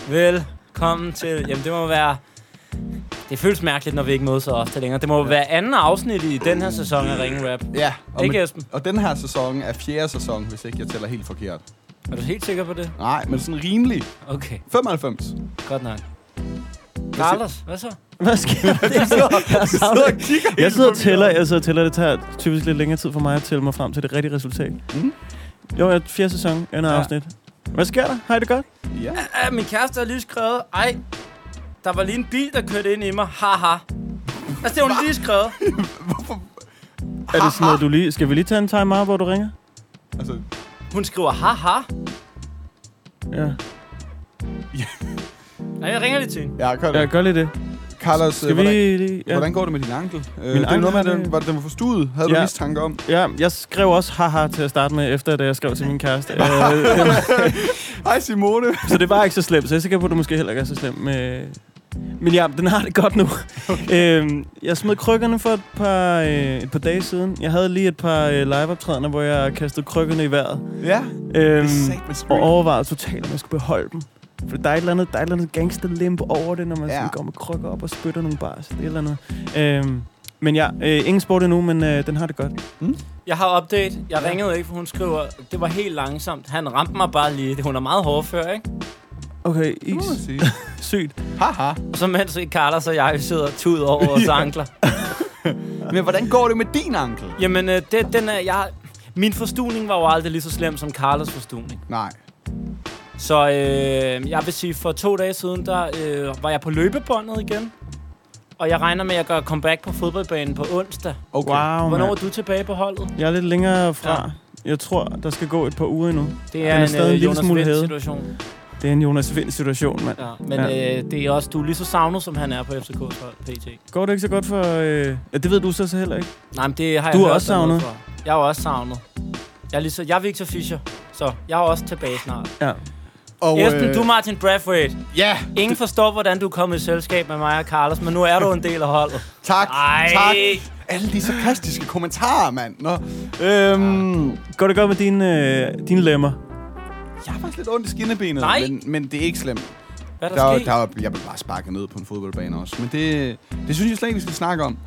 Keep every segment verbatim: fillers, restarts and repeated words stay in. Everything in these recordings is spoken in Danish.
Velkommen til... Jamen, det må være... Det føles mærkeligt, når vi ikke mødes så ofte længere. Det må ja. være anden afsnit i den her sæson af Ringe Rap. Ja. Og ikke, med, Esben? Og den her sæson er fjerde sæson, hvis ikke jeg tæller helt forkert. Er du helt sikker på det? Nej, men sådan rimelig. Okay. femoghalvfems. Godt nok. Carlos, hvad så? Hvad sker der? Jeg sidder, jeg sidder og tæller. Jeg sidder og tæller. Det tager typisk lidt længere tid for mig at tælle mig frem til det rigtige resultat. Mm. Jo, jeg fjerde sæson, andet ja. afsnit. Hvad sker der? Har I det godt? Ja. ja min kæreste har lige skrevet, ej, der var lige en bil, der kørte ind i mig. Haha. Altså, det har hun lige skrevet. Hvorfor? Er det sådan noget, du lige... Skal vi lige tage en time-out, hvor du ringer? Altså... Hun skriver, haha. Ja. Ja. Nej, jeg ringer lige til hende. Ja, gør det. Ja, gør lige det. Carlos, Skal hvordan, vi, ja. hvordan går det med din ankel? Min øh, det er ankel, noget med, at den var, den var forstuet. Havde ja. du mistanke om? Ja, jeg skrev også haha til at starte med, efter da jeg skrev til min kæreste. Hej Simone. Så det var ikke så slemt, så jeg er sikker på, at du måske heller ikke er så slemt med... Men ja, den har det godt nu. Okay. øhm, jeg smed krykkerne for et par, øh, et par dage siden. Jeg havde lige et par øh, liveoptrædener, hvor jeg kastede krykkerne i vejret. Ja, øhm, og overvejede totalt, om jeg skulle beholde dem. For der er et eller andet, der er et eller andet gangsterlimp over det, når man ja. sådan går med krykker op og spytter nogle bars. Det er et eller andet. Øhm, men ja, øh, ingen sport endnu, men øh, den har det godt. Mm? Jeg har update. Jeg ja. ringede ikke, for hun skriver, det var helt langsomt. Han ramte mig bare lige. Hun er meget hårdfør, ikke? Okay, is. Sygt. Haha. Og så mens Carlos og jeg sidder tud over vores ja. ankler. Men hvordan går det med din ankel? Jamen, øh, det, den er... Jeg, min forstuning var jo aldrig lige så slem som Carlos forstuning. Nej. Så øh, jeg vil sige, for to dage siden, der øh, var jeg på løbebåndet igen. Og jeg regner med, at jeg gør comeback på fodboldbanen på onsdag. Okay. Wow, Hvornår man. er du tilbage på holdet? Jeg er lidt længere fra. Ja. Jeg tror, der skal gå et par uger endnu. Det er, er en, en øh, Jonas Vind-situation. Det er en Jonas Vind-situation, mand. Ja, men ja. Øh, det er også, du er lige så savnet, som han er på F C K's hold, P T. Går det ikke så godt for... Øh... Ja, det ved du så, så heller ikke. Nej, men det har jeg du hørt er også savnet. For. Jeg er også savnet. Jeg er, lige så, jeg er Victor Fischer, så jeg er også tilbage snart. Ja. Og, Esben, øh... du er Martin Brathwaite. Ja. Yeah. Ingen forstår, hvordan du er kommet i selskab med mig og Carlos, men nu er du en del af holdet. Tak, Ej. tak. Alle de sarkastiske kommentarer, mand. Nå. Øhm... Går det godt med dine, øh, dine lemmer? Jeg har faktisk lidt ondt i skinnebenet, men, men det er ikke slemt. Hvad er der, der, der, der Jeg blev bare sparket ned på en fodboldbane også. Men det, det synes jeg slet ikke, vi skal snakke om.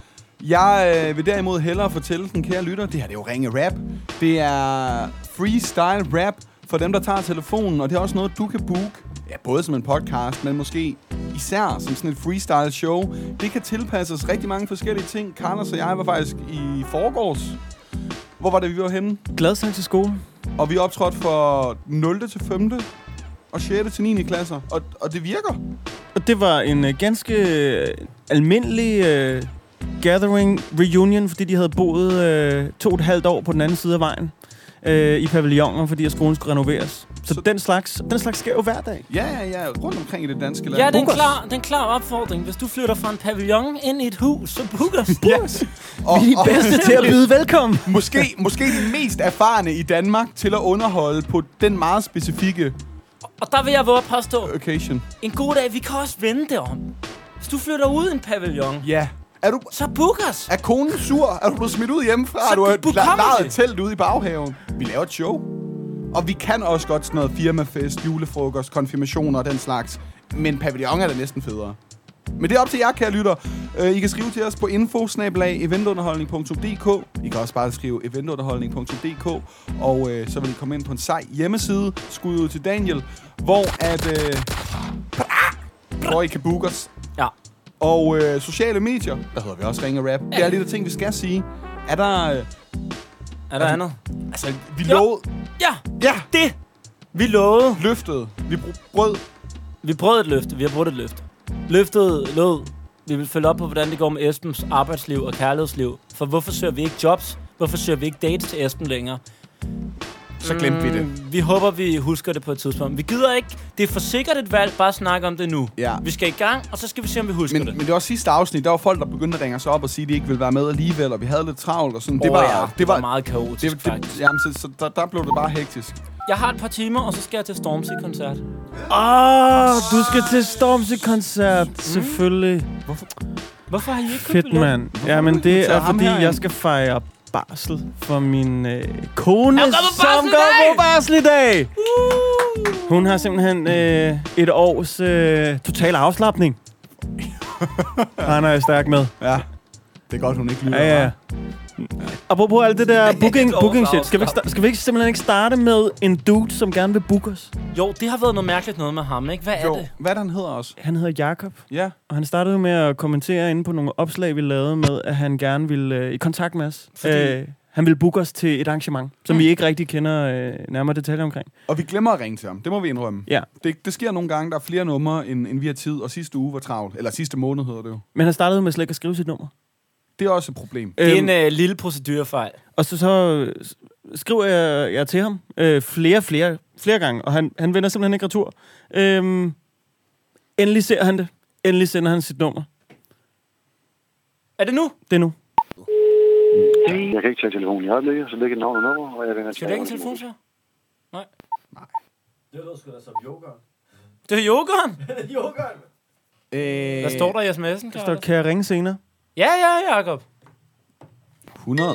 Jeg øh, vil derimod hellere fortælle den kære lytter, det her det er jo Ringe Rap. Det er freestyle rap for dem, der tager telefonen, og det er også noget, du kan booke. Ja, både som en podcast, men måske især som sådan et freestyle show. Det kan tilpasses rigtig mange forskellige ting. Carlos og jeg var faktisk i forgårs. Hvor var det, vi var henne? Gladsaxe til skole. Og vi optrådte for nul til femte og sjette til niende klasser. Og, og det virker. Og det var en uh, ganske uh, almindelig uh, gathering reunion, fordi de havde boet uh, to og et halvt år på den anden side af vejen. Øh, i pavilloner, fordi at skolen skulle renoveres. Så, så den slags, den slags sker jo hver dag. Ja, ja, ja. Rundt omkring i det danske land. Ja, det er en klar, det er en klar opfordring. Hvis du flytter fra en pavillon ind i et hus, så book os. Yes. Og, vi er de bedste til at byde velkommen. Måske, måske de mest erfarne i Danmark til at underholde på den meget specifikke og der vil jeg våge at påstå. Occasion. En god dag, vi kan også vende det om. Hvis du flytter ud i en pavillon. Ja. Er du, så book os. Er konen sur? Er du blevet smidt ud hjemmefra? Så du har la- et telt ude i baghaven. Vi laver et show. Og vi kan også godt sådan noget firmafest, julefrokost, konfirmationer og den slags. Men pavillon er da næsten federe. Men det er op til jer, kære lytter. Uh, I kan skrive til os på info snabel-a eventunderholdning punktum d k. I kan også bare skrive eventunderholdning punktum d k. Og uh, så vil I komme ind på en sej hjemmeside, skud ud til Daniel, hvor at uh, hvor I kan booke os. Ja. Og øh, sociale medier, der hedder vi også Ringe Rap. Ja. Det er lidt af ting, vi skal sige. Er der... Øh, er der altså, andet? Altså, vi lovede... Ja, ja, det! Vi lovede. Løftet. Vi brød. Vi brød et løfte. Vi har brudt et løfte. Løftet lød. Vi vil følge op på, hvordan det går med Esbens arbejdsliv og kærlighedsliv. For hvorfor søger vi ikke jobs? Hvorfor søger vi ikke dates til Esben længere? Så glemte mm, vi det. Vi håber, vi husker det på et tidspunkt. Vi gider ikke. Det er for sikkert et valg. Bare snakke om det nu. Ja. Vi skal i gang, og så skal vi se, om vi husker men, det. Men det var sidste afsnit. Der var folk, der begyndte at ringe os op og sige, at de ikke ville være med alligevel. Og vi havde lidt travlt og sådan. Oh, det, var, ja. det, det var var meget kaotisk, det, det, jamen, så, så der, der blev det bare hektisk. Jeg har et par timer, og så skal jeg til Stormzy-koncert. Åh, oh, du skal til Stormzy-koncert. Mm. Selvfølgelig. Hvorfor? Hvorfor har I ikke købt billet? Fedt, mand. Ja, men det er, fordi jeg skal fejre barsel for min øh, kone, Jeg går på som barsel i går dag! på barsel i dag. Uh! Hun har simpelthen øh, et års øh, total afslapning. Han er stærk med. Ja, det er godt, hun ikke lyder. Ja, ja. Apropos alt det der booking, booking shit. Skal vi, ikke, sta- skal vi ikke simpelthen ikke starte med en dude, som gerne vil booke os? Jo, det har været noget mærkeligt noget med ham, ikke? Hvad er Jo, det? hvad han hedder også? Han hedder Jakob, Ja. og han startede med at kommentere inde på nogle opslag, vi lavede med, at han gerne ville øh, i kontakt med os. Fordi- Øh, han ville booke os til et arrangement, som Mm. vi ikke rigtig kender øh, nærmere detaljer omkring. Og vi glemmer at ringe til ham. Det må vi indrømme. Ja. Det, det sker nogle gange, der er flere numre, end, end vi har tid. Og sidste uge var travlt. Eller sidste måned hedder det jo. Men han startede med slet ikke at skrive sit nummer. Det er også et problem. Det er Øhm, en øh, lille procedurefejl. Og så, så øh, skriver jeg, jeg til ham øh, flere, flere, flere gange, og han, han vender simpelthen ikke retur. Øhm, endelig ser han det. Endelig sender han sit nummer. Er det nu? Det er nu. Jeg kan ikke tage telefonen i øjeblikket, så lægger navn og nummer, og jeg vender Skal du ikke en telefon så? Nej. Nej. Det lyder sgu da som yoghurt. Det er yoghurt? Øh, Hvad står der i sms'en, Der står, kan jeg ringe senere? Ja, ja, Jacob. hundrede.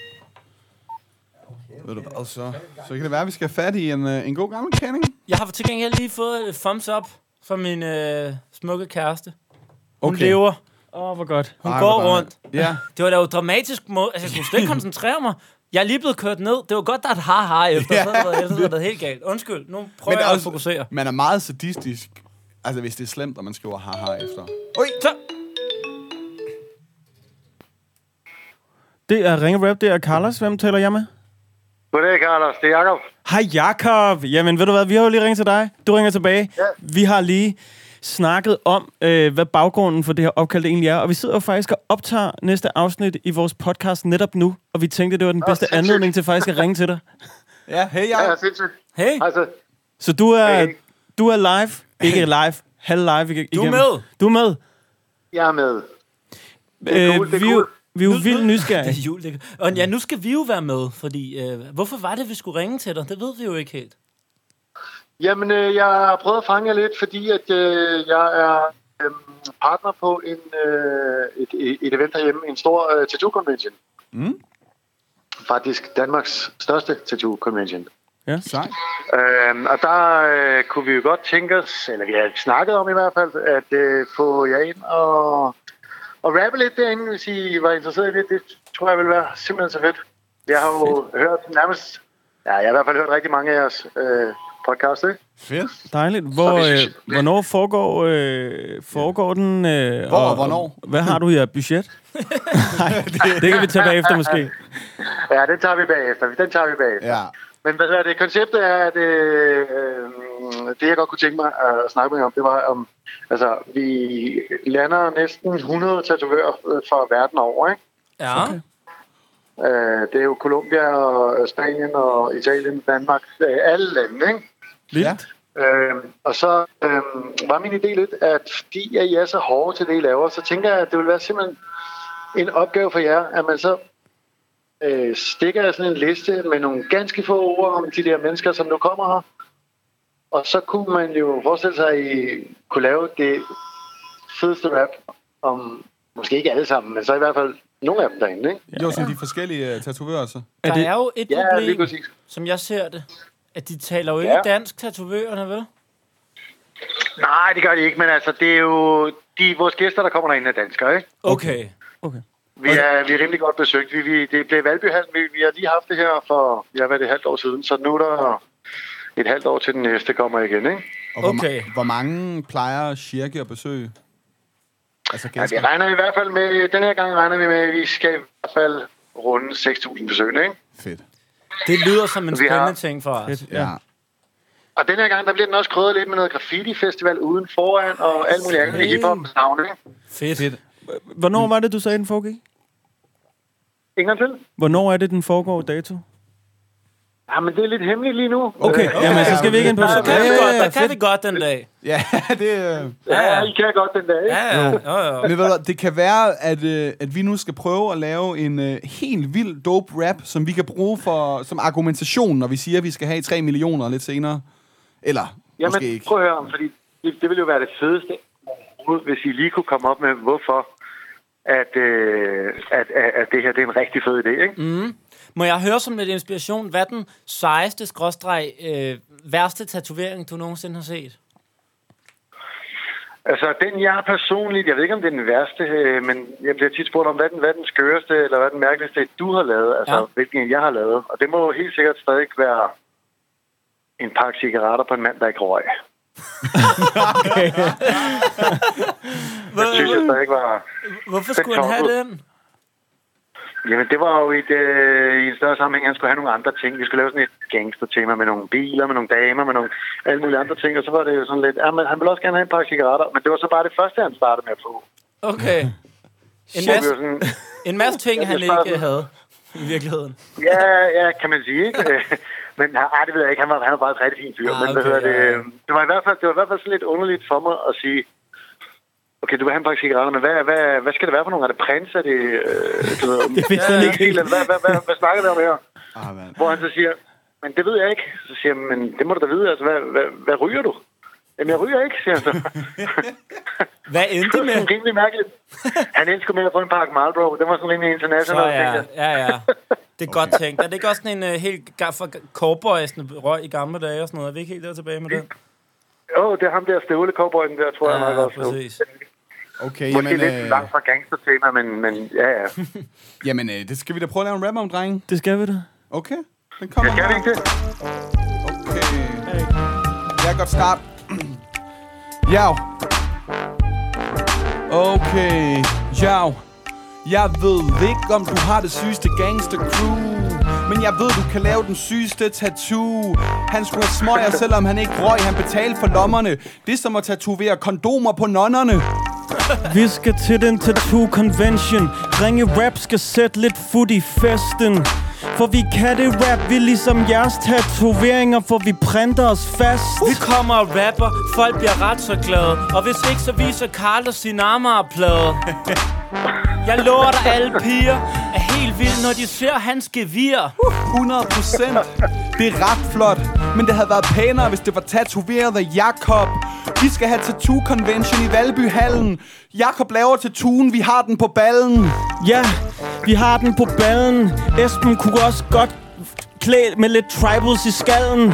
Ved du hvad, så, så kan det være, at vi skal have fat i en, øh, en god gammel kending. Jeg har til gengæld lige fået et thumbs up fra min øh, smukke kæreste. Hun Okay. lever. Åh, oh, hvor godt. Hun Ej, går hvor rundt. Ja. Det var da jo dramatisk måde. Altså, jeg kunne slet ikke koncentrere mig. Jeg er lige blevet kørt ned. Det var godt, der er et ha-ha efter. Ja. Så havde det været- været helt galt. Undskyld. Nu prøver Men jeg også- at fokusere. Man er meget sadistisk. Altså, hvis det er slemt, og man skriver haha efter. Ui! Så. Det er Ringe Rap, det er Carlos. Hvem taler jeg med? Goddag, Carlos. Det er Jacob. Hej Jakob. Jamen ved du hvad, vi har jo lige ringet til dig. Du ringer tilbage. Ja. Vi har lige snakket om, øh, hvad baggrunden for det her opkald egentlig er. Og vi sidder jo faktisk og optager næste afsnit i vores podcast netop nu. Og vi tænkte, det var den Nå, bedste sindssygt. anledning til faktisk at ringe til dig. Ja, hey, Ja, ja. ja sindssygt. Hey, Altså, Så du er, Hey. du er live. Ikke live. Halv live igen. du er med. Du er med. jeg er med. Det er cool, det er vi, er jo- cool. vi er jo Nu- vildt nu- nysgerrige. Det er jul, det er- Og ja, nu skal vi jo være med, fordi... Øh, hvorfor var det, vi skulle ringe til dig? Det ved vi jo ikke helt. Jamen, øh, jeg har prøvet at fange jer lidt, fordi at øh, jeg er øh, partner på en, øh, et, et event herhjemme, en stor øh, tattoo-convention. Mm. Faktisk Danmarks største tattoo-convention. Sej. Øhm, og der øh, kunne vi jo godt tænke os, eller vi har snakket om i hvert fald, at øh, få jer ind og, og rappe lidt derinde, hvis I var interesseret i det. Det tror jeg vil være simpelthen så fedt. Jeg har jo fedt. hørt nærmest, ja, jeg har i hvert fald hørt rigtig mange af jeres øh, podcast, ikke? Fedt. Dejligt. Hvor, Så vi øh, synes- hvornår foregår, øh, foregår den? Øh, Hvor og hvornår? Hvad har du i jeres budget? Nej, det, det kan vi tage bagefter måske. Ja, den tager vi bagefter. Den tager vi bagefter. Ja. Men hvad hedder det? Konceptet er, at øh, øh, det jeg godt kunne tænke mig at snakke med jer om, det var om, altså, vi lander næsten hundrede tatovører øh, fra verden over, ikke? Ja. Okay. Øh, det er jo Colombia og Spanien og Italien, Danmark, øh, alle lande, ikke? Vildt. Øh, og så øh, var min idé lidt, at fordi at I er så hårde til det, I laver, så tænker jeg, at det vil være simpelthen en opgave for jer, at man så øh, stikker jeg sådan en liste med nogle ganske få ord om de der mennesker, som nu kommer her. Og så kunne man jo forestille sig, at I kunne lave det fedeste rap om, måske ikke alle sammen, men så i hvert fald nogle af dem derinde, ikke? Jo, sådan de forskellige uh, tatovører, så. Der Er det- er jo et Ja, lige problem, præcis. som jeg ser det. At de taler jo ikke Ja. dansk, tatovørerne, vel? Nej, det gør de ikke, men altså, det er jo de, vores gæster, der kommer derinde, er danskere, ikke? Okay. Okay. Vi er, vi er rimelig godt besøgt. Vi, vi, det blev Valbyhallen. Vi, vi har lige haft det her for, ja, hvad er det, et halvt år siden, så nu er der et halvt år til den næste kommer igen, ikke? Og hvor, Okay. ma- hvor mange plejer cirka at besøge? Altså Ja, vi gæster? regner i hvert fald med, den her gang regner vi med, at vi skal i hvert fald runde seks tusind besøgende, ikke? Fedt. Det lyder som en Vi har- spændende ting for os. Fedt. Ja. Og den her gang, der bliver den også krydret lidt med noget graffiti-festival uden foran og alt muligt andet i hiphop navn, ikke? Fedt. Fedt. Hvornår var det, du sagde, den foregik? Ingen til? Hvornår er det, den foregår dato? Ja, men det er lidt hemmeligt lige nu. Okay, Øh, jamen så skal vi ikke ind på Der det. kan vi Ja, godt, ja, der kan fedt. vi godt den dag. Ja, det, øh, Ja, I kan godt den dag, ikke? Ja, ja, ja, ja. men ved du, hvad, det kan være, at, øh, at vi nu skal prøve at lave en øh, helt vild dope rap, som vi kan bruge for, som argumentation, når vi siger, at vi skal have tre millioner lidt senere. Eller Jamen, måske ikke. prøv at høre, fordi det, det ville jo være det fedeste overhovedet, hvis I lige kunne komme op med, hvorfor at, øh, at, at, at det her det er en rigtig fed idé, ikke? Mm. Må jeg høre som lidt inspiration, hvad den sejeste skråstreg øh, værste tatovering, du nogensinde har set? Altså, den jeg personligt, jeg ved ikke, om det er den værste, øh, men jeg bliver tit spurgt om, hvad den, hvad den skøreste, eller hvad den mærkeligste, du har lavet, altså ja. hvilken jeg har lavet. Og det må helt sikkert stadig være en pakke cigaretter på en mand, der ikke røg. Okay. Det synes jeg stadig var... Hvorfor skulle han have den? Jamen, det var jo et, øh, i en større sammenhæng, han skulle have nogle andre ting. Vi skulle lave sådan et gangster-tema med nogle biler, med nogle damer, med nogle alle mulige andre ting. Og så var det jo sådan lidt, ja, men han ville også gerne have en pakke cigaretter. Men det var så bare det første, han startede med at få. Okay. En masse, sådan, en masse ting, han ikke sådan, havde i virkeligheden. Ja, ja, kan man sige, ikke? Men nej, det ved jeg ikke. Han var, han var bare et rigtig fint fyr. Ah, okay, men det, det, ja. det, var i hvert fald, det var i hvert fald sådan lidt underligt for mig at sige, okay, du vil have en pakke cigaretter, men hvad, hvad, hvad skal det være for nogle? Er det prins? Er det... Øh, du ved, det vidste han ikke. Hvad, hvad, hvad, hvad, hvad snakker vi om her? Ah, hvor han så siger, men det ved jeg ikke. Så siger jeg, men det må du da vide. Altså, hvad, hvad, hvad ryger du? Jamen, jeg ryger ikke, siger han så. Hvad endte det med? Det var rimelig mærkeligt. Han elsker med at få en pakke Marlboro. Det var sådan rimelig international. Så, ja, ja, ja. Det er godt tænkt. Er det ikke også sådan en uh, helt for cowboysende røg i gamle dage og sådan noget? Er vi ikke helt der tilbage med det? Åh, oh, det er ham der støvle cowboyen der, tror ja, jeg nok også. Præcis. Okay, måske jamen, lidt øh... langt fra gangster-tema, men, men ja, ja. Jamen, øh, det skal vi da prøve at lave en rap om, drenge. Det skal vi da. Okay, den kommer. Det skal vi ikke det. Okay. Hey. Jeg kan godt starte. Jau. Okay. Jau. Jeg ved ikke, om du har det sygeste gangster-crew, men jeg ved, du kan lave den sygeste tattoo. Han skulle have smøger, selvom han ikke røg. Han betalte for lommerne. Det er som at tatovere kondomer på nonnerne. Vi skal til den tattoo convention. Ringe rap skal sætte lidt fod i festen. For vi kan det rap, vi ligesom jeres tatoveringer, for vi printer os fast. Vi kommer og rapper, folk bliver ret så glade. Og hvis ikke, så viser Carlos sin Amager-plade. Jeg lover dig, alle piger er helt vilde, når de ser hans gevir. hundrede procent. Det er ret flot, men det havde været pænere, hvis det var tatoveret af Jakob. Vi skal have tattoo convention i Valbyhallen. Jakob laver tattooen, vi har den på ballen. Ja, vi har den på ballen. Esben kunne også godt klæde med lidt tribals i skallen.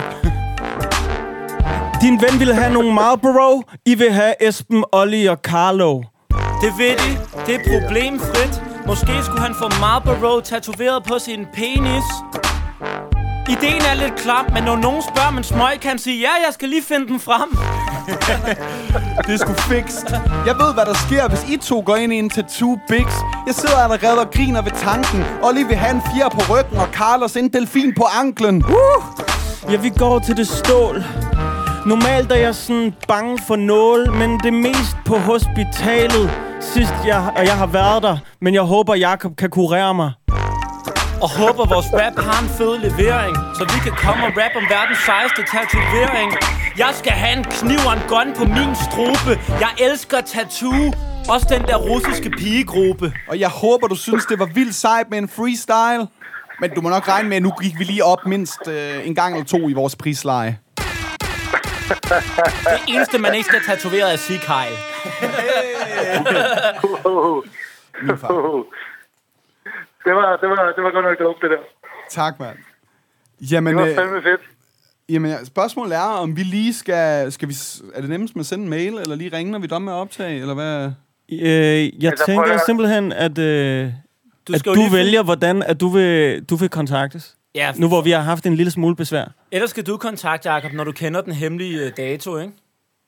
Din ven ville have nogle Marlboro. I vil have Esben, Olli og Carlo. Det ved de. Det er problemfrit. Måske skulle han få Marlboro tatoveret på sin penis. Ideen er lidt klam, men når nogen spørger, men smøg kan sige, ja, jeg skal lige finde den frem. Det er sgu fikst. Jeg ved, hvad der sker, hvis I to går ind i en tattoo-biks. Jeg sidder allerede og griner ved tanken. Olli vil have en fjer på ryggen, og Carlos en delfin på anklen. Uh! Ja, vi går til det stål. Normalt er jeg sådan bange for nål, men det er mest på hospitalet. Sidst jeg, og jeg har været der, men jeg håber, Jakob kan kurere mig. Og håber, vores rap har en fed levering, så vi kan komme og rap om verdens sejeste tatovering. Jeg skal have en kniv og en gun på min strube. Jeg elsker tattoo. Også den der russiske pigegruppe. Og jeg håber, du synes, det var vildt sejt med en freestyle. Men du må nok regne med, at nu gik vi lige op mindst øh, en gang eller to i vores prisleje. Det eneste, man ikke skal tatovere, er Sig Heil. Min far. Det var, det var, det var godt nok dumt, det der. Tak, mand. Jamen, det var fandme fedt. Jamen, spørgsmålet er, om vi lige skal... skal vi, er det nemmest med at sende en mail, eller lige ringe, når vi er med at optage, eller hvad? Øh, jeg altså, tænker simpelthen, at, øh, du, at du vælger, hvordan at du vil, du vil kontaktes. Ja, nu hvor vi har haft en lille smule besvær. Ellers skal du kontakte Jakob, når du kender den hemmelige dato, ikke?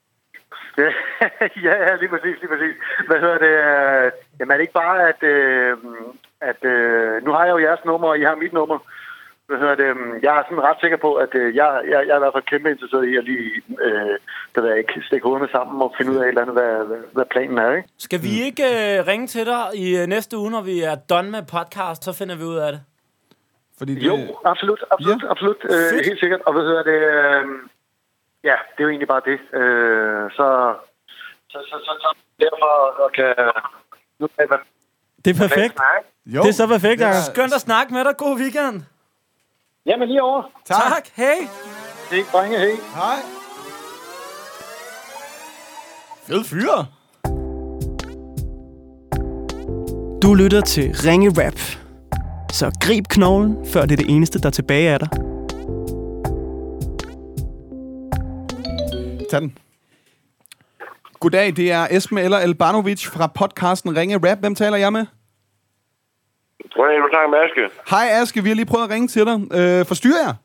ja, ja, lige præcis, lige præcis. Hvad hedder det? Jamen er det ikke bare, at, øh, at øh, nu har jeg jo jeres nummer, og I har mit nummer. Hvad hedder det? Jeg er sådan ret sikker på, at øh, jeg, jeg, jeg er i hvert fald kæmpe interesseret i at lige, øh, der ved jeg ikke, stikke hovederne sammen og finde ud af et eller andet, hvad, hvad, hvad planen er, ikke? Skal vi ikke øh, ringe til dig i øh, næste uge, når vi er done med podcast, så finder vi ud af det? Fordi det... Jo, absolut, absolut, ja. absolut. Øh, helt sikkert. Og hvad hedder det? Øh, ja, det er jo egentlig bare det. Øh, så, så, så, så, så derfor og kan... Nu, hvad, det er perfekt. Jo. Det er så perfekt, Jacob. Skønt at snakke med dig. God weekend. Jamen lige over. Tak. Tak. Hej. Hej, drenge. Hej. Hej. Fed fyr. Du lytter til Ringe Rap. Så grib knoglen, før det er det eneste, der er tilbage af dig. Tag den. Goddag, det er Esme eller Elbanovic fra podcasten Ringe Rap. Hvem taler jeg med? Goddag, du snakker med Aske. Hej Aske, vi har lige prøvet at ringe til dig. Øh, forstyrrer jeg?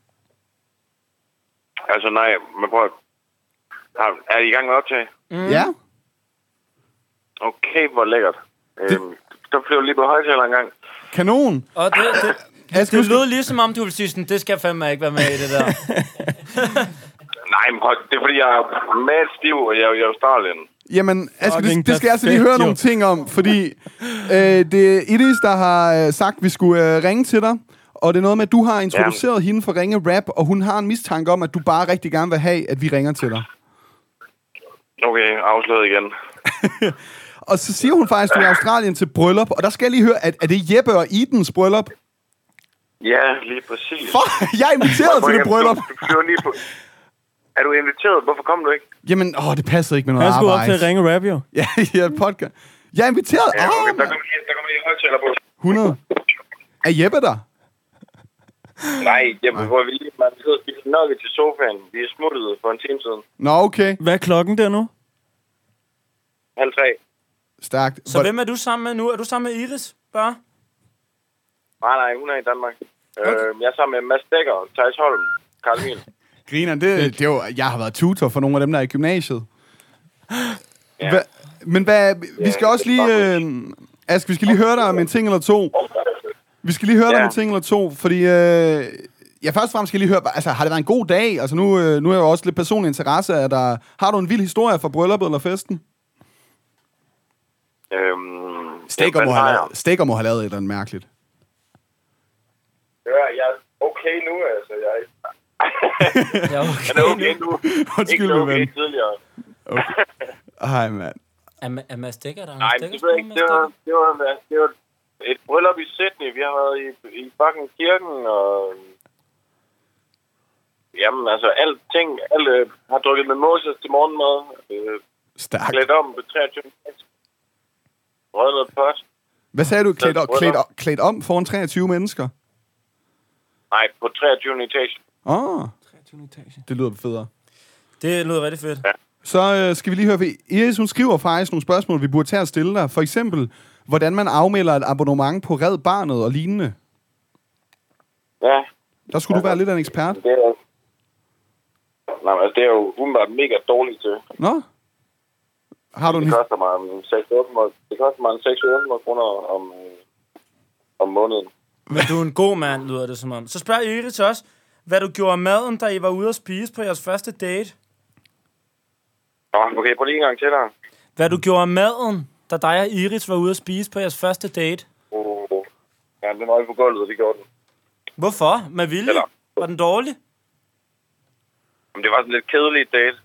Altså nej, men prøv at... Er I i gang med optag? Mm. Ja. Okay, hvor lækkert. Det... Øhm, så blev jeg lige på højtaler en gang. Kanon. Og det, det, det, det lød ligesom om, du ville sige sådan, det skal fandme ikke være med i det der. Nej, men prøv, det er fordi, jeg er meget stiv, og jeg er i Australien. Jamen, Aske, det, det skal jeg altså lige høre nogle ting om, fordi øh, det er Idis, der har øh, sagt, at vi skulle øh, ringe til dig, og det er noget med, at du har introduceret Jamen. hende for Ringe Rap, og hun har en mistanke om, at du bare rigtig gerne vil have, at vi ringer til dig. Okay, afsløret igen. Og så siger hun faktisk, at du er i Australien til bryllup, og der skal jeg lige høre, at er det Jeppe og Idens bryllup? Ja, lige præcis. For, jeg er inviteret til det bryllup. Du, du, du lige på. Er du inviteret? Hvorfor kom du ikke? Jamen, åh, det passer ikke med noget arbejde. Han skulle op til at ringe Rap, jo. Ja, ja, podcast. Jeg er inviteret. Ja, okay, oh, der kommer lige, der kommer lige højtaler på. hundrede. Er Jeppe der? Nej, Jeppe, hvor vi lige man sidder og spiser nugget til sofaen. Vi er smuttet for en time siden. Nå, okay. Hvad er klokken der nu? Halv tre. Stærkt. Så hvem er du sammen med nu? Er du sammen med Iris, bare? Nej, nej, hun er i Danmark. Okay. Øh, jeg er sammen med Mads Dækker, Thijs Holm, Karl Emil. Griner, det, det er jo... Jeg har været tutor for nogle af dem, der er i gymnasiet. Ja. Hva, men hvad... Vi skal også lige... Øh, Aske, vi skal lige høre dig om en ting eller to. Vi skal lige høre dig om en ting eller to, fordi... Øh, ja, først og fremmest skal jeg lige høre... Altså, har det været en god dag? Altså, nu, øh, nu er jeg jo også lidt personlig interesse af der... Har du en vild historie fra brylluppet eller festen? Øhm, Stikker må, have lavet, Stikker må have lavet et eller andet mærkeligt. Ja, jeg er okay nu, altså. Jeg er, Ja, okay. jeg er okay nu. Undskyld, ikke okay ven. tidligere. Okay. Hej, mand. Er, Ma- er Mads Dækker der? Nej, men det var ikke. Det var, det, var, det var et bryllup i Sydney. Vi har været i, i fucking kirken, og... Jamen, altså, alting... Alle øh, har drukket med Moses til morgenmad. Øh, Stærkt. Klædt om på treogtyve. Røget noget pot. Hvad sagde du? Klædt, klædt, klædt om foran treogtyve mennesker? Nej, på treogtyvende etage. Åh, oh, det lyder federe. Det lyder rigtig fedt. Ja. Så øh, skal vi lige høre, for Iris, hun skriver faktisk nogle spørgsmål, vi burde tage og stille dig. For eksempel, hvordan man afmelder et abonnement på Red Barnet og lignende. Ja. Der skulle du være lidt af en ekspert. Det er, nej, altså, det er jo umiddelbart mega dårligt til. Nå? Har du en... Det koster mig seks til otte hundrede kroner om, om måneden. Men du er en god mand, lyder det som om. Så spørger Iris også, hvad du gjorde af maden, da I var ude at spise på jeres første date. Nå, okay, prøv lige en gang til her. Hvad du gjorde af maden, da dig og Iris var ude at spise på jeres første date. Oh, ja, den var på gulvet, og vi gjorde den. Hvorfor? Med vilje? Eller? Var den dårlig? Men det var sådan lidt kedeligt date.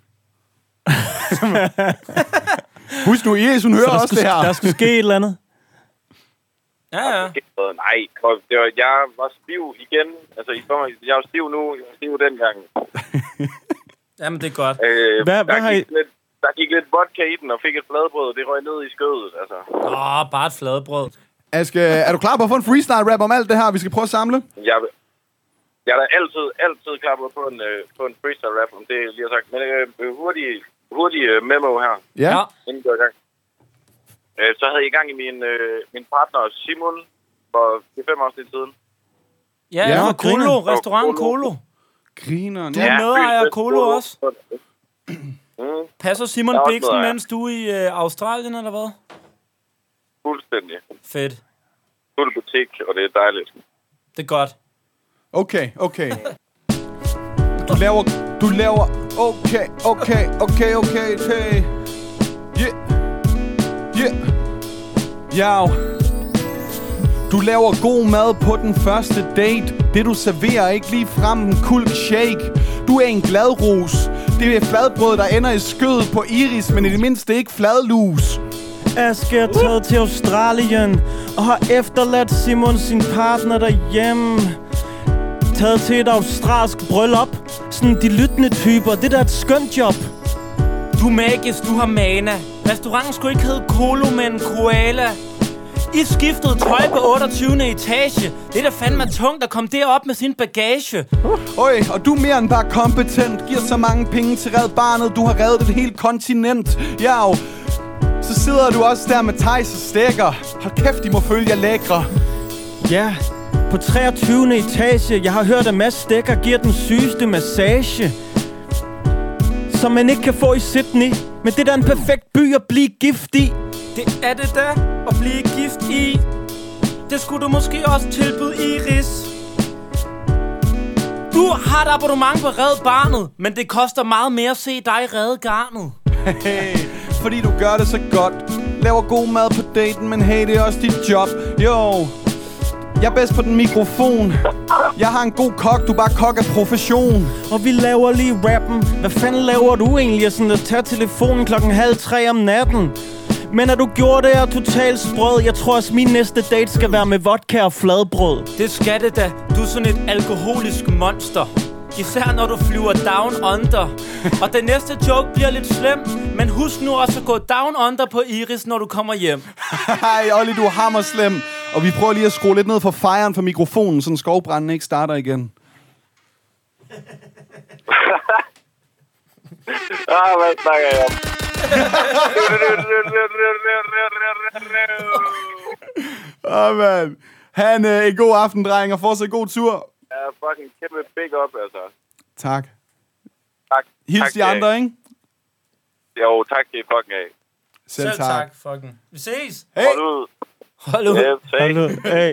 Husk nu, Iris, hun hører også skulle, det her. Der skulle ske et eller andet. Ja, ja. Nej, det var, jeg var stiv igen. Altså, jeg var stiv nu, jeg var stiv dengang. Jamen, det er godt. Øh, hvad, der, hvad har I... gik lidt, der gik lidt vodka i den, og fik et fladbrød, og det røg ned i skødet, altså. Åh, bare et fladbrød. Aske, er du klar på at få en freestyle-rap om alt det her, vi skal prøve at samle? Jeg, jeg er da altid, altid klar på at få en, øh, på en freestyle-rap, om det lige har sagt. Men øh, hurtig, hurtig øh, memo her, Ja. Ja. inden vi går i gang. Øh, så havde jeg i gang i min, øh, min partner Simon for fem år siden. Ja, Ja, ja, fra griner. Kolo, restaurant Kolo. Kolo. Grineren. Du er medejer af Kolo også. Mm, Passer Simon Jeg er også Bixen, medejer. mens du er i øh, Australien, eller hvad? fuldstændig. Fedt. Fuld butik, og det er dejligt. Det er godt. Okay, okay. Du laver... Du laver... Okay, okay, okay, okay, okay. Yeah. Yeah. Yow. Du laver god mad på den første date. Det du serverer er ikke lige frem en kulk shake. Du er en gladros. Det er fladbrød, der ender i skødet på Iris, men i det mindste ikke fladlus. Aske er taget til Australien og har efterladt Simon sin partner derhjemme. Taget til et australsk bryllup. Sådan de lyttende typer, det der er et skønt job. Du er magisk, du har mana. Restauranten skulle ikke hedde Kolo, men Koala. I skiftede tøj på otteogtyvende etage. Det er da fandme tungt at komme derop med sin bagage. Øj, og du er mere end bare kompetent. Giver så mange penge til Red Barnet. Du har reddet et helt kontinent. Ja, og så sidder du også der med Thijs og Stikker. Hold kæft, de må føle jer lækre. Ja, på treogtyvende etage. Jeg har hørt, at Mads Stikker giver den sygeste massage, som man ikke kan få i Sydney. Men det er da en perfekt by at blive gift i. Det er det da at blive gift i. Det skulle du måske også tilbyde Iris. Du har et abonnement på Red Barnet, men det koster meget mere at se dig redde garnet. Hey, fordi du gør det så godt. Laver god mad på daten, men hey, det er også dit job. Jo, jeg er bedst på den mikrofon. Jeg har en god kok, du er bare kok af profession. Og vi laver lige rappen. Hvad fanden laver du egentlig at sådan at tage telefonen klokken halv tre om natten? Men er du gjort det, er totalt sprød. Jeg tror også min næste date skal være med vodka og fladbrød. Det skal det da. Du er sådan et alkoholisk monster. Især når du flyver down under. Og den næste joke bliver lidt slem, men husk nu også at gå down under på Iris, når du kommer hjem. Hej, Olli, du er hammerslem. Og vi prøver lige at skrue lidt ned for fejren for mikrofonen, så skovbranden ikke starter igen. Ah, hvad snakker jeg om? Åh, oh, mand. Ha' en, uh, en god aften, dreng, og fortsat god tur. Ja, fucking kæmpe big up, altså. Tak. Tak. Hils tak, de andre, ikke? Jo, tak til fucking af. Selv, Selv tak. tak, fucking. Vi ses. Hey. Hold ud. Hold ud. Ja, Hold ud. Hey.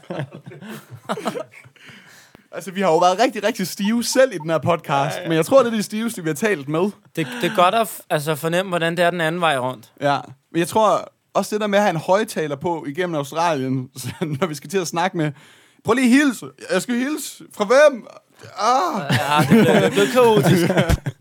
Altså, vi har jo været rigtig, rigtig stive selv i den her podcast, ja, ja. Men jeg tror, det er det stiveste, vi har talt med. Det, det er godt at f- altså, fornemme, hvordan det er den anden vej rundt. Ja, men jeg tror også det der med at have en højtaler på igennem Australien, når vi skal til at snakke med. Prøv lige at hilse. Jeg skal hilse. Fra hvem? Ah. Ja, det blev, det blev kaotisk.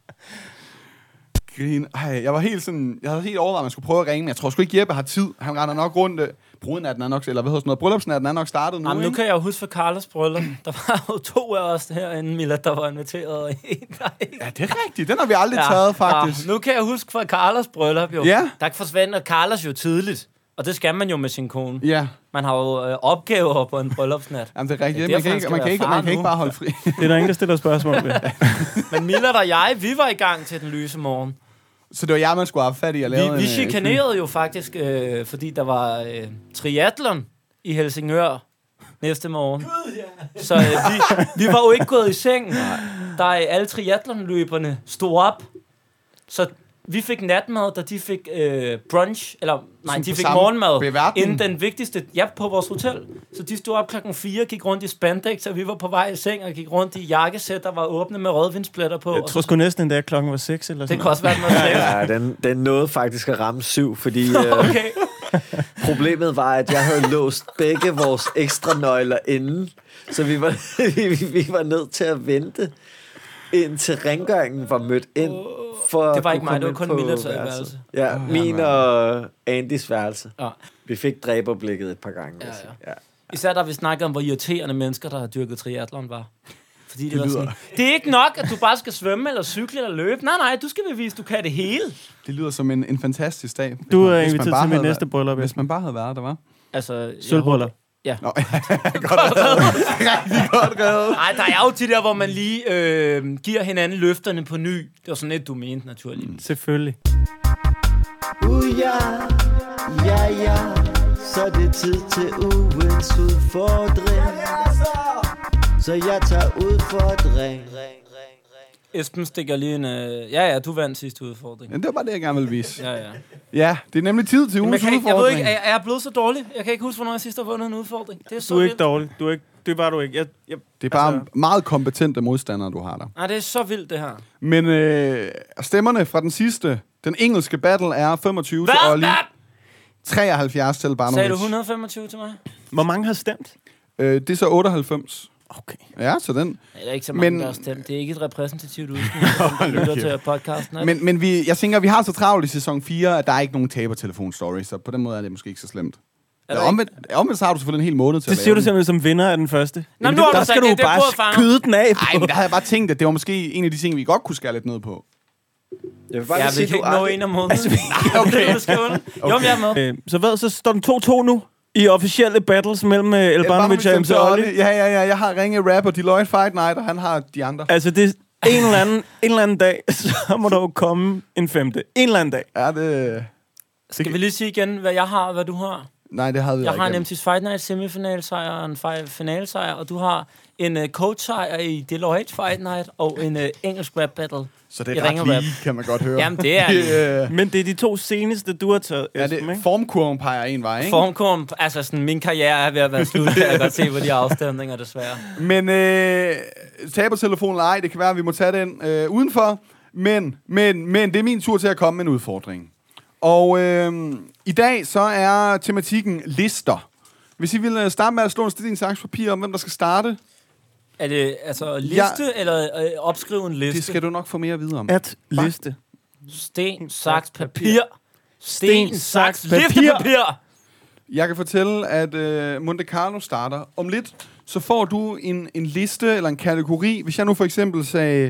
Grin. Ej, jeg var helt sådan, jeg havde helt overvejet, at man skulle prøve at ringe, men jeg tror sgu ikke, Jeppe har tid. Han render nok rundt. Brudenatten er nok, eller hvad hedder sådan noget, bryllupsnatten er nok startet nu, Jamen, nu ikke? kan jeg jo huske for Carlos bryllup. Der var jo to af os herinde, Milla, der var inviteret, og en, der ikke. Ja, det er rigtigt. Den har vi aldrig ja, taget, faktisk. Ja. Nu kan jeg huske fra Carlos bryllup, jo. Ja. Der forsvandt Carlos jo tidligt. Og det skal man jo med sin kone. Ja. Man har jo øh, opgaver på en bryllupsnat. Jamen, det er rigtigt. Det er man kan ikke, man kan ikke, man kan ikke bare holde fri. Det er der ingen, der stiller spørgsmål ved. Men Milla og jeg, vi var i gang til den lyse morgen. Så det var jeg, man skulle have fat i at lave Vi, vi chikanerede jo faktisk, øh, fordi der var øh, triathlon i Helsingør næste morgen. God, ja. Så øh, vi, vi var jo ikke gået i seng, da alle triathlonløberne stod op. Så vi fik natmad, da de fik øh, brunch, eller nej, de fik morgenmad, bevertning. Inden den vigtigste, ja, på vores hotel. Så de stod op klokken fire, gik rundt i spandex, og vi var på vej i seng og gik rundt i jakkesæt, der var åbne med rødvinspletter på. Jeg tror sgu næsten endda, klokken var seks eller sådan. Det kan også være, den var seks. Ja, den, den nåede faktisk at ramme syv, fordi øh, okay. Problemet var, at jeg havde låst begge vores ekstra nøgler inden, så vi var, vi, vi var nødt til at vente, indtil rengøringen var mødt ind. For det var ikke mig, det var kun Millas værelse. Ja, oh, min og Andys værelse. Ja. Vi fik dræberblikket et par gange. Ja, ja. Ja. Især da vi snakkede om, hvor irriterende mennesker, der har dyrket triathlon, var. Fordi det, det var sådan, det er ikke nok, at du bare skal svømme, eller cykle, eller løbe. Nej, nej, du skal bevise, du kan det hele. Det lyder som en, en fantastisk dag. Du er inviteret til mit næste bryllup. Hvis man bare havde været der, var. Altså, sølvbryllup. Ja. Nå, godt reddet. Rigtig godt reddet. Nej, der er jo de der, hvor man lige øh, giver hinanden løfterne på ny. Det var sådan et, du mente, naturligt. Mm, selvfølgelig. Uh, ja, ja, ja. Så er det tid til ugens udfordring. Så jeg tager udfordring. Esben stikker lige en... Øh... Ja, ja, du vandt sidste udfordring. Ja, det var bare det, jeg gerne ville vise. Ja, ja. Ja, det er nemlig tid til ugens udfordring. Jeg ved ikke, er jeg blevet så dårlig? Jeg kan ikke huske, hvornår jeg sidst har vundet en udfordring. Det er så du er vildt. ikke dårlig. Du er ikke, det var du ikke. Jeg, jeg, det er bare altså... meget kompetente modstandere, du har der. Nej, det er så vildt, det her. Men øh, stemmerne fra den sidste, den engelske battle, er femogtyve til Olli. treoghalvfjerds til Barnovic. Sagde du et hundrede og femogtyve til mig? Hvor mange har stemt? Øh, det er så otteoghalvfems. Okay. Ja, så den. Det er ikke så mange, men, der har stemt. Det er ikke et repræsentativt udsnit, der lytter til podcasten. Men, men vi, jeg tænker, vi har så travlt i sæson fire, at der er ikke nogen taber-telefon-story, så på den måde er det måske ikke så slemt. Ja, omvendt, omvendt så har du selvfølgelig en hel måned til det at lave. Det siger du simpelthen som vinder af den første. Nå, Jamen, der skal du det, bare skyde den af på. Nej, men der havde jeg bare tænkt, at det var måske en af de ting, vi godt kunne skære lidt ned på. Jeg vil bare ja, sige, vi kan ikke nå en om måneden. Okay. Jo, men jeg er med. Øh, så hvad, så står den to to nu I officielle battles mellem uh, Elbanovic og M C Olli. Ja, ja, ja. Jeg har ringet Rap og Deloitte Fight Night, og han har de andre. Altså, det er en eller anden, en eller anden dag, så må der jo komme en femte. En eller anden dag. Ja, det... Skal vi lige sige igen, hvad jeg har, og hvad du har? Nej, det havde vi Jeg ikke. har en M C's Fight Night semifinalsejr og en finalsejr, og du har en uh, coach-sejr i Deloitte Fight Night og en uh, engelsk rap battle. Så det er ret lige, kan man godt høre. Jamen, det er det. Men det er de to seneste, du har taget, ja, Esben, det, formkurven peger en vej, ikke? Formkurven, altså sådan, min karriere er ved at være slut. Jeg kan godt se på de afstemninger, desværre. Men øh, tabertelefonen eller ej, det kan være, at vi må tage den øh, udenfor. Men, men, men det er min tur til at komme med en udfordring. Og øh, i dag så er tematikken lister. Hvis I vil starte med at slå en sten, saks, papir om, hvem der skal starte. Er det altså liste, ja, eller øh, opskrive en liste? Det skal du nok få mere at vide om. At liste. Sten, saks, papir. Sten, saks, papir. Jeg kan fortælle, at øh, Monte Carlo starter. Om lidt, så får du en, en liste eller en kategori. Hvis jeg nu for eksempel sagde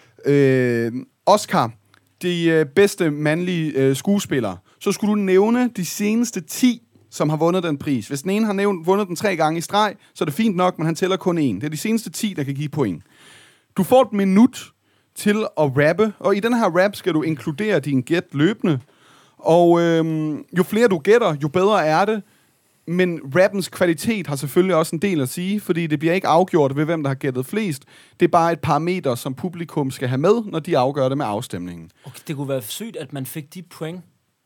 øh, Oscar, de øh, bedste mandlige øh, skuespillere, så skulle du nævne de seneste ti, som har vundet den pris. Hvis den ene har nævnt, vundet den tre gange i streg, så er det fint nok, men han tæller kun én. Det er de seneste ti, der kan give point. Du får et minut til at rappe, og i den her rap skal du inkludere din gæt løbende. Og øhm, jo flere du gætter, jo bedre er det. Men rappens kvalitet har selvfølgelig også en del at sige, fordi det bliver ikke afgjort ved, hvem der har gættet flest. Det er bare et parameter, som publikum skal have med, når de afgør det med afstemningen. Okay, det kunne være sygt, at man fik de point.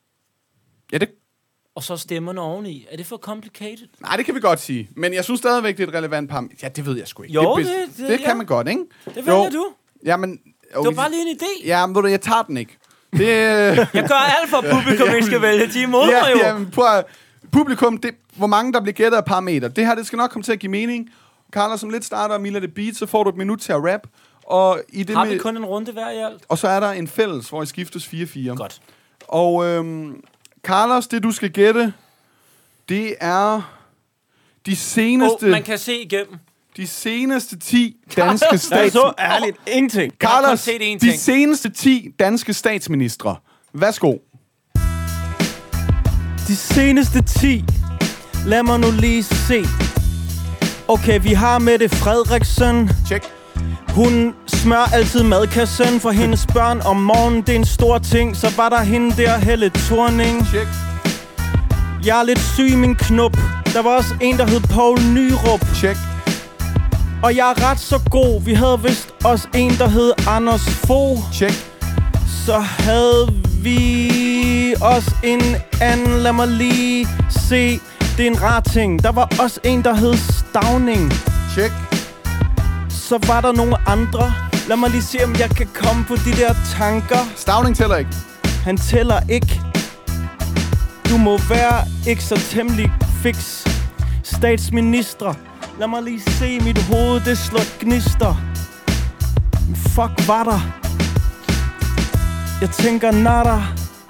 Ja, det... Og så stemmerne oveni. Er det for complicated? Nej, det kan vi godt sige. Men jeg synes stadigvæk, det er et relevant parameter. Ja, det ved jeg sgu ikke. Jo, det, det, det, det det kan ja. man godt, ikke? Det vælger du. Jamen, det var bare lige en idé. Ja, men ved du, jeg tager den ikke. Det, jeg gør alt for, at publikum ikke skal vælge. De er imod ja, mig jo. Jamen, prøv at, publikum, det, hvor mange der bliver gættet af parameter. Det her, det skal nok komme til at give mening. Carla, som lidt starter, og Mila det beat, så får du et minut til at rap. Og i det har vi med, kun en runde hver i alt? Og så er der en fælles, hvor I skiftes fire fire. Godt. Og øhm, Carlos, det du skal gætte, det er de seneste... Oh, man kan se igennem. De seneste ti danske stats... Det er så ærligt. Ingenting. Carlos, de seneste ti danske statsministre. Værsgo. De seneste ti. Lad mig nu lige se. Okay, vi har Mette Frederiksen. Check. Hun smører altid madkassen for hendes børn om morgenen. Det er en stor ting. Så var der hende der, Helle Thorning. Check. Jeg er lidt syg, min knop. Der var også en, der hed Poul Nyrup. Check. Og jeg er ret så god. Vi havde vist også en, der hed Anders Fogh. Check. Så havde vi også en anden. Lad mig lige se. Det er en rar ting. Der var også en, der hed Stavning. Check. Så var der nogle andre. Lad mig lige se, om jeg kan komme på de der tanker. Stavning tæller ikke. Han tæller ikke. Du må være ikke så temmelig fix. Statsminister. Lad mig lige se mit hoved, det slår gnister. Fuck, var der? Jeg tænker natter.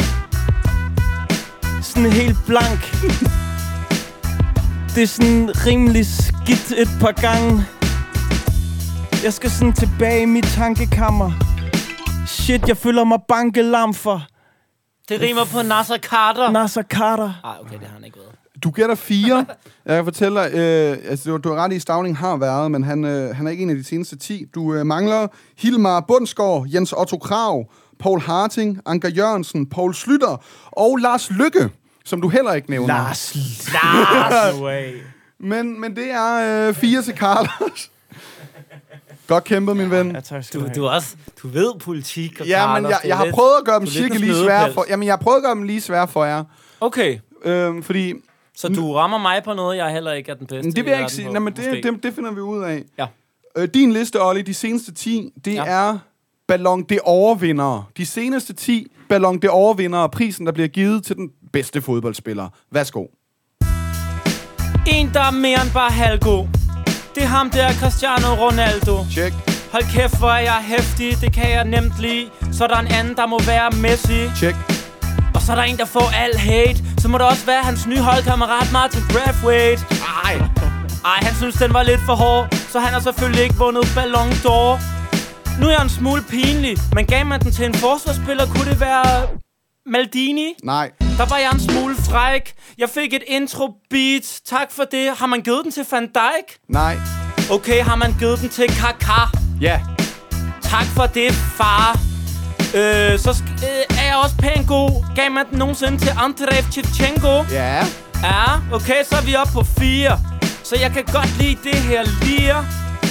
Sådan helt blank. Det er sådan rimelig skidt et par gange. Jeg skal sådan tilbage i mit tankekammer. Shit, jeg føler mig bankelam for. Det rimer på Nasser Carter. Nasser Carter. Ej, okay, det har han ikke været. Du gætter fire. Jeg kan fortælle dig, øh, altså, du, du har ret i, Stavning har været, men han, øh, han er ikke en af de seneste ti. Du øh, mangler Hilmar Bundsgaard, Jens Otto Krag, Poul Harting, Anker Jørgensen, Poul Slytter og Lars Løkke, som du heller ikke nævner. Lars Lars way. Men, men det er øh, fire til Carlos. Godt kæmpet, min ven. Ja, tak, du, du, også, du ved politik og ja, Carlos, men jeg, jeg har lidt, prøvet at gøre dem cirka lige svære for. Jamen, jeg har prøvet at gøre dem lige svære for jer. Okay. Øhm, fordi... Så du rammer mig på noget, jeg heller ikke er den bedste. Det vil jeg ikke sige. Nej, men det, det, det finder vi ud af. Ja. Øh, din liste, Olli, de seneste ti, det ja. er Ballon d'Or-vindere. De seneste ti Ballon d'Or-vindere, prisen, der bliver givet til den bedste fodboldspiller. Værsgo. En, der er mere end bare halvgod. Det er ham der, Cristiano Ronaldo. Check. Hold kæft, hvor er jeg heftig, det kan jeg nemt lide. Så er der en anden, der må være Messi. Check. Og så er der en, der får al hate. Så må der også være hans nye holdkammerat Martin Braithwaite. Ej, Ej, han synes, den var lidt for hård. Så han har selvfølgelig ikke vundet Ballon d'Or. Nu er jeg en smule pinlig, men gav man den til en forsvarsspiller, kunne det være Maldini? Nej. Der var jeg en smule fræk. Jeg fik et intro beat. Tak for det. Har man givet den til Van Dijk? Nej. Okay, har man givet den til Kaká? Ja. Tak for det, far. Øh, så sk- øh, er jeg også pænt god. Gav man den nogensinde til Andrei Shevchenko? Ja. Ja, okay, så er vi oppe på fire. Så jeg kan godt lide det her lir.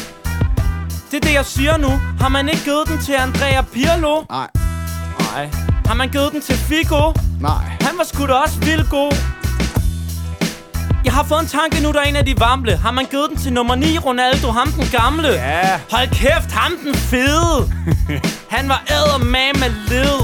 Det er det, jeg siger nu. Har man ikke givet den til Andrea Pirlo? Nej. Nej. Har man givet den til Figo? Nej. Han var sgu da også vildt god. Jeg har fået en tanke nu, der er en af de varmle. Har man givet den til nummer ni, Ronaldo, ham den gamle? Ja. Hold kæft, ham den fede. Han var eddermame led.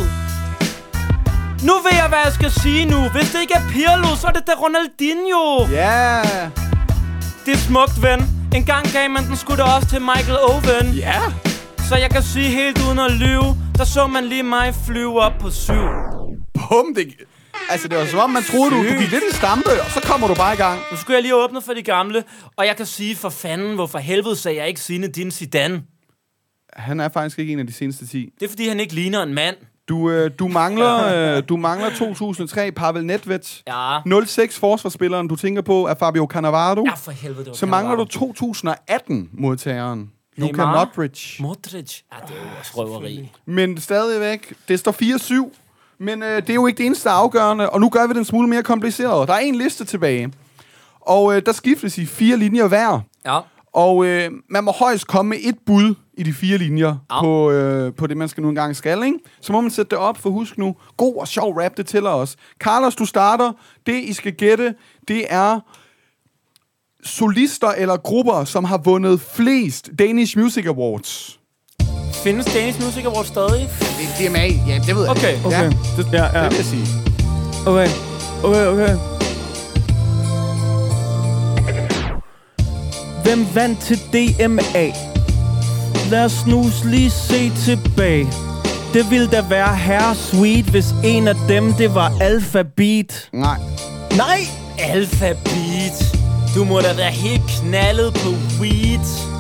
Nu ved jeg, hvad jeg skal sige nu. Hvis det ikke er Pirlo, så er det da Ronaldinho. Ja. Det er smukt, ven. En gang gav man den sgu da også til Michael Owen. Ja. Så jeg kan sige helt uden at lyve, der så man lige mig flyve op på syv. Bum, det... Altså, det var som om, man troede, du, du gik lidt i stampe, og så kommer du bare i gang. Nu skulle jeg lige åbne for de gamle, og jeg kan sige for fanden, hvorfor helvede sagde jeg ikke Zinedine Zidane. Han er faktisk ikke en af de seneste ti. Det er, fordi han ikke ligner en mand. Du, øh, du mangler, øh, du mangler to tusind og tre Pavel Nedved. Ja. nul seks forsvarsspilleren, du tænker på, er Fabio Cannavaro. Ja, for helvede, det var Så Cannavaro. mangler du to tusind og atten modtageren. Luka Neymar. Modric. Modric. Ja, det er jo også røveri. Men stadigvæk, det står fire syv. Men øh, det er jo ikke det eneste afgørende, og nu gør vi det en smule mere kompliceret. Der er en liste tilbage, og øh, der skiftes i fire linjer hver. Ja. Og øh, man må højst komme med et bud i de fire linjer Ja. på, øh, på det, man skal nu engang skal, ikke? Så må man sætte det op, for husk nu, god og sjov rap, det tæller os. Carlos, du starter. Det, I skal gætte, det er solister eller grupper, som har vundet flest Danish Music Awards. Findes Danish Music Awards stadig? D M A, ja, det ved jeg. Okay. Ja, Okay. det, Ja, ja. det vil jeg sige. Okay. Okay, okay. Hvem vandt til D M A? Lad os nu lige se tilbage. Det ville da være Herre Sweet, hvis en af dem, det var Alphabet. Nej. Nej! Alphabet. Du må da være helt knaldet på weed.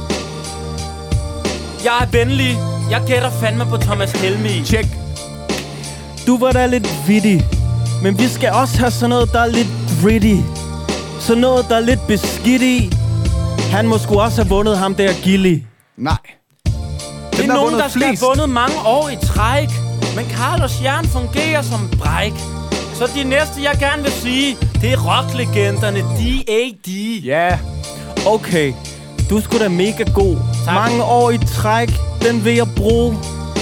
Jeg er venlig. Jeg gætter fandme på Thomas Helmig. Check. Du var da lidt vittig. Men vi skal også have sådan noget, der er lidt gritty. Sådan noget, der er lidt beskidt i. Han må sgu også have vundet ham der Gilly. Nej. Det er nogen, der skal have vundet mange år i træk. Men Carlos hjerne fungerer som bræk. Så de næste, jeg gerne vil sige, det er rocklegenderne D A D. Ja. Okay, du er sgu da mega god. Tak. Mange år i træk, den vil jeg bruge.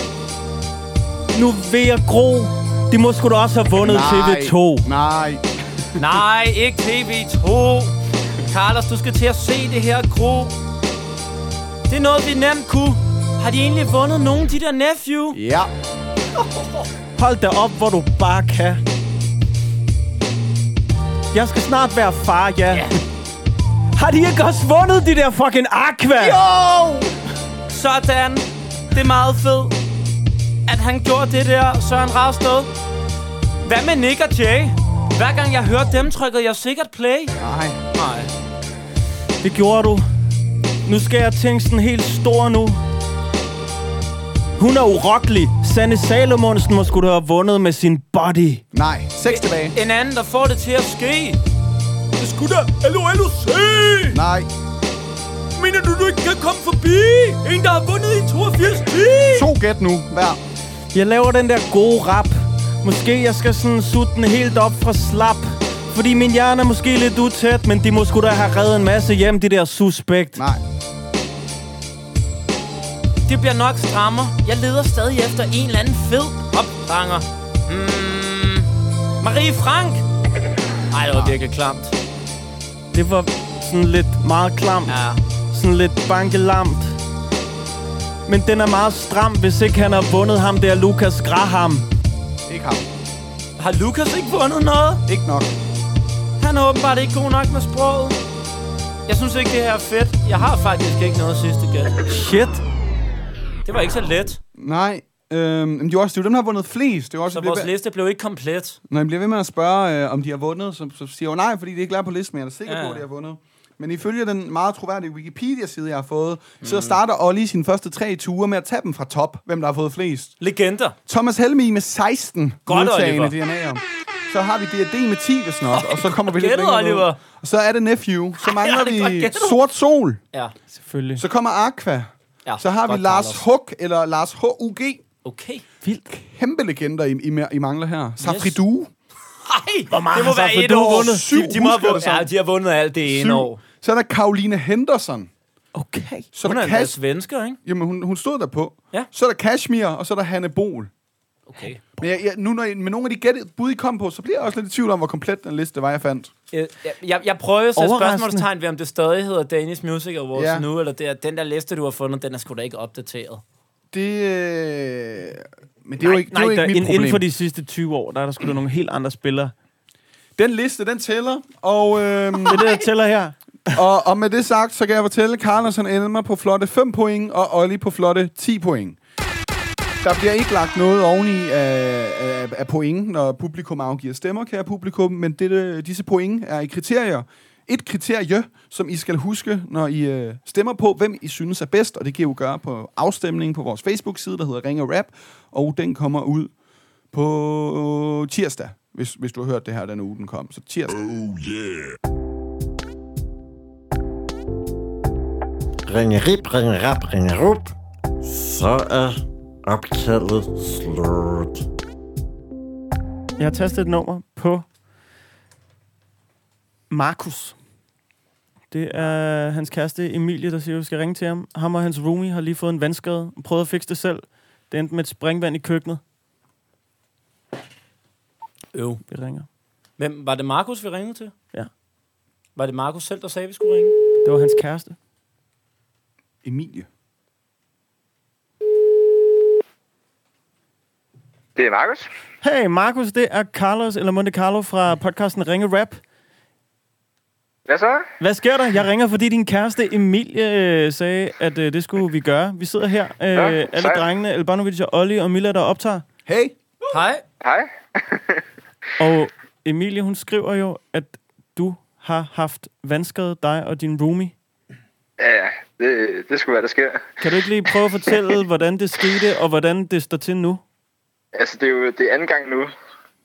Nu vil jeg gro. De må sgu da også have vundet T V to. Nej. Nej, ikke T V to. Carlos, du skal til at se det her gro. Det er noget, vi nemt kunne. Har de egentlig vundet nogen, de der nephew? Ja. Hold da op, hvor du bare kan. Jeg skal snart være far, ja. Ja. Har de ikke også vundet de der fucking Aqua? Jo! Sådan. Det er meget fedt, at han gjorde det der, Søren Ravsted. Hvad med Nick og Jay? Hver gang jeg hørte dem, trykkede jeg sikkert play. Nej. Nej. Det gjorde du. Nu skal jeg tænke sådan helt stor nu. Hun er urokkelig. Sanne Salomonsen må skulle have vundet med sin body. Nej. Seks tilbage. En anden, der får det til at ske. Det skulle da L O L O C. Nej. Mener du, du ikke kan komme forbi? En, der har vundet i toogfirs ti. To gæt nu, hver. Jeg laver den der gode rap. Måske jeg skal sådan sutte den helt op fra slap. Fordi min hjerne er måske lidt utæt, men de må sgu da have reddet en masse hjem, de der suspekt. Nej. Det bliver nok strammer. Jeg leder stadig efter en eller anden fed opdranger. Mm, Marie Frank. Ej, det var virkelig klamt. Det var sådan lidt meget klamt. Ja. Sådan lidt bankelamt. Men den er meget stram, hvis ikke han har vundet ham der Lucas Graham. Ikke ham. Har Lucas ikke vundet noget? Ikke nok. Han er åbenbart ikke god nok med sproget. Jeg synes ikke, det her er fedt. Jeg har faktisk ikke noget sidste gæt. Shit. Det var ikke så let. Nej. Øhm, men de er også, det er jo dem, der har vundet flest. Det er også, Så bliver vores ved, liste blev ikke komplet. når jeg bliver ved med at spørge, øh, om de har vundet, så, så siger jeg jo nej, fordi det ikke er på listen, men jeg er sikker Ja. på, at de har vundet. Men ifølge den meget troværdige Wikipedia-side, jeg har fået, mm. så starter Olli sine første tre ture med at tage dem fra top, hvem der har fået flest. Legender. Thomas Helmig med seksten Godt, modtagende Oliver. D N A'er. Så har vi D og D med ti, hvis nok. Og så kommer vi lidt Gættet, længere Oliver. ned. Og så er det Nephew. Så mangler Ja, det er godt vi gættet. Sort Sol. Ja, Selvfølgelig. Så kommer Aqua. ja. Så har vi Godt, Lars Carlos. Hug, eller Lars H U G. Okay. Vildt. Kæmpe legender, I, I, I mangler her. Safridu. Ej, Hvor meget det må har være et Safridu år. vundet? Syv, de, de, må have husker vundet, det som. ja, de har vundet alt det ene år. Så er der Karoline Henderson. Okay. Så Hun er er der en Cash... svensker, ikke? Jamen, hun, hun stod der på. Ja. Så er der Kashmir, og så er der Hanne Bol. Okay. Men jeg, jeg, nu, når I, med nogle af de gæt, bud, I kom på, så bliver jeg også lidt i tvivl om, hvor komplet den liste var, jeg fandt. Jeg, jeg, jeg prøver at sætte Overraskende. spørgsmålstegn ved, om det stadig hedder Danish Music Awards Ja. nu, eller det er, den der liste, du har fundet, den er sgu da ikke opdateret. Det... Øh... Men det er jo Nej, ikke, det er jo nej, ikke Der, mit inden, problem. inden for de sidste tyve år, der er der sgu da nogle helt andre spillere. Den liste, den tæller, og, øhm, Det er det, der tæller her. og, og med det sagt, så kan jeg fortælle, Carlos han ender mig på flotte fem point, og Olli på flotte ti point. Der bliver ikke lagt noget oveni af, af, af point, når publikum afgiver stemmer, kære publikum, men dette, disse point er i kriterier. Et kriterie, som I skal huske, når I øh, stemmer på, hvem I synes er bedst, og det kan I jo gøre på afstemningen på vores Facebook-side, der hedder Ring og Rap, og den kommer ud på tirsdag, hvis, hvis du har hørt det her, den uge den kom. Så tirsdag. Ringe rip, ringe rap, ringe rup. Så er opkaldet slut. Jeg har tastet et nummer på Markus. Det er hans kæreste Emilie, der siger, at vi skal ringe til ham. Ham og hans roomie har lige fået en vandskade. Prøvede at fikse det selv. Det endte med et springvand i køkkenet. Øv. Vi ringer. Hvem, var det Markus, vi ringede til? Ja. Var det Markus selv, der sagde, at vi skulle ringe? Det var hans kæreste. Emilie. Det er Markus. Hey Markus, det er Carlos eller Monte Carlo fra podcasten Ringe Rap. Hvad så? Hvad sker der? Jeg ringer, fordi din kæreste Emilie øh, sagde, at øh, det skulle vi gøre. Vi sidder her, øh, Ja, alle sejt. drengene, Albanovic og Olli og Milla, der optager. Hey! Hej. Hej. Og Emilie, hun skriver jo, at du har haft vandskade, dig og din roomie. Ja, ja. Det, det skulle være, der sker. Kan du ikke lige prøve at fortælle, hvordan det skete, og hvordan det står til nu? Altså, det er jo det er anden gang nu.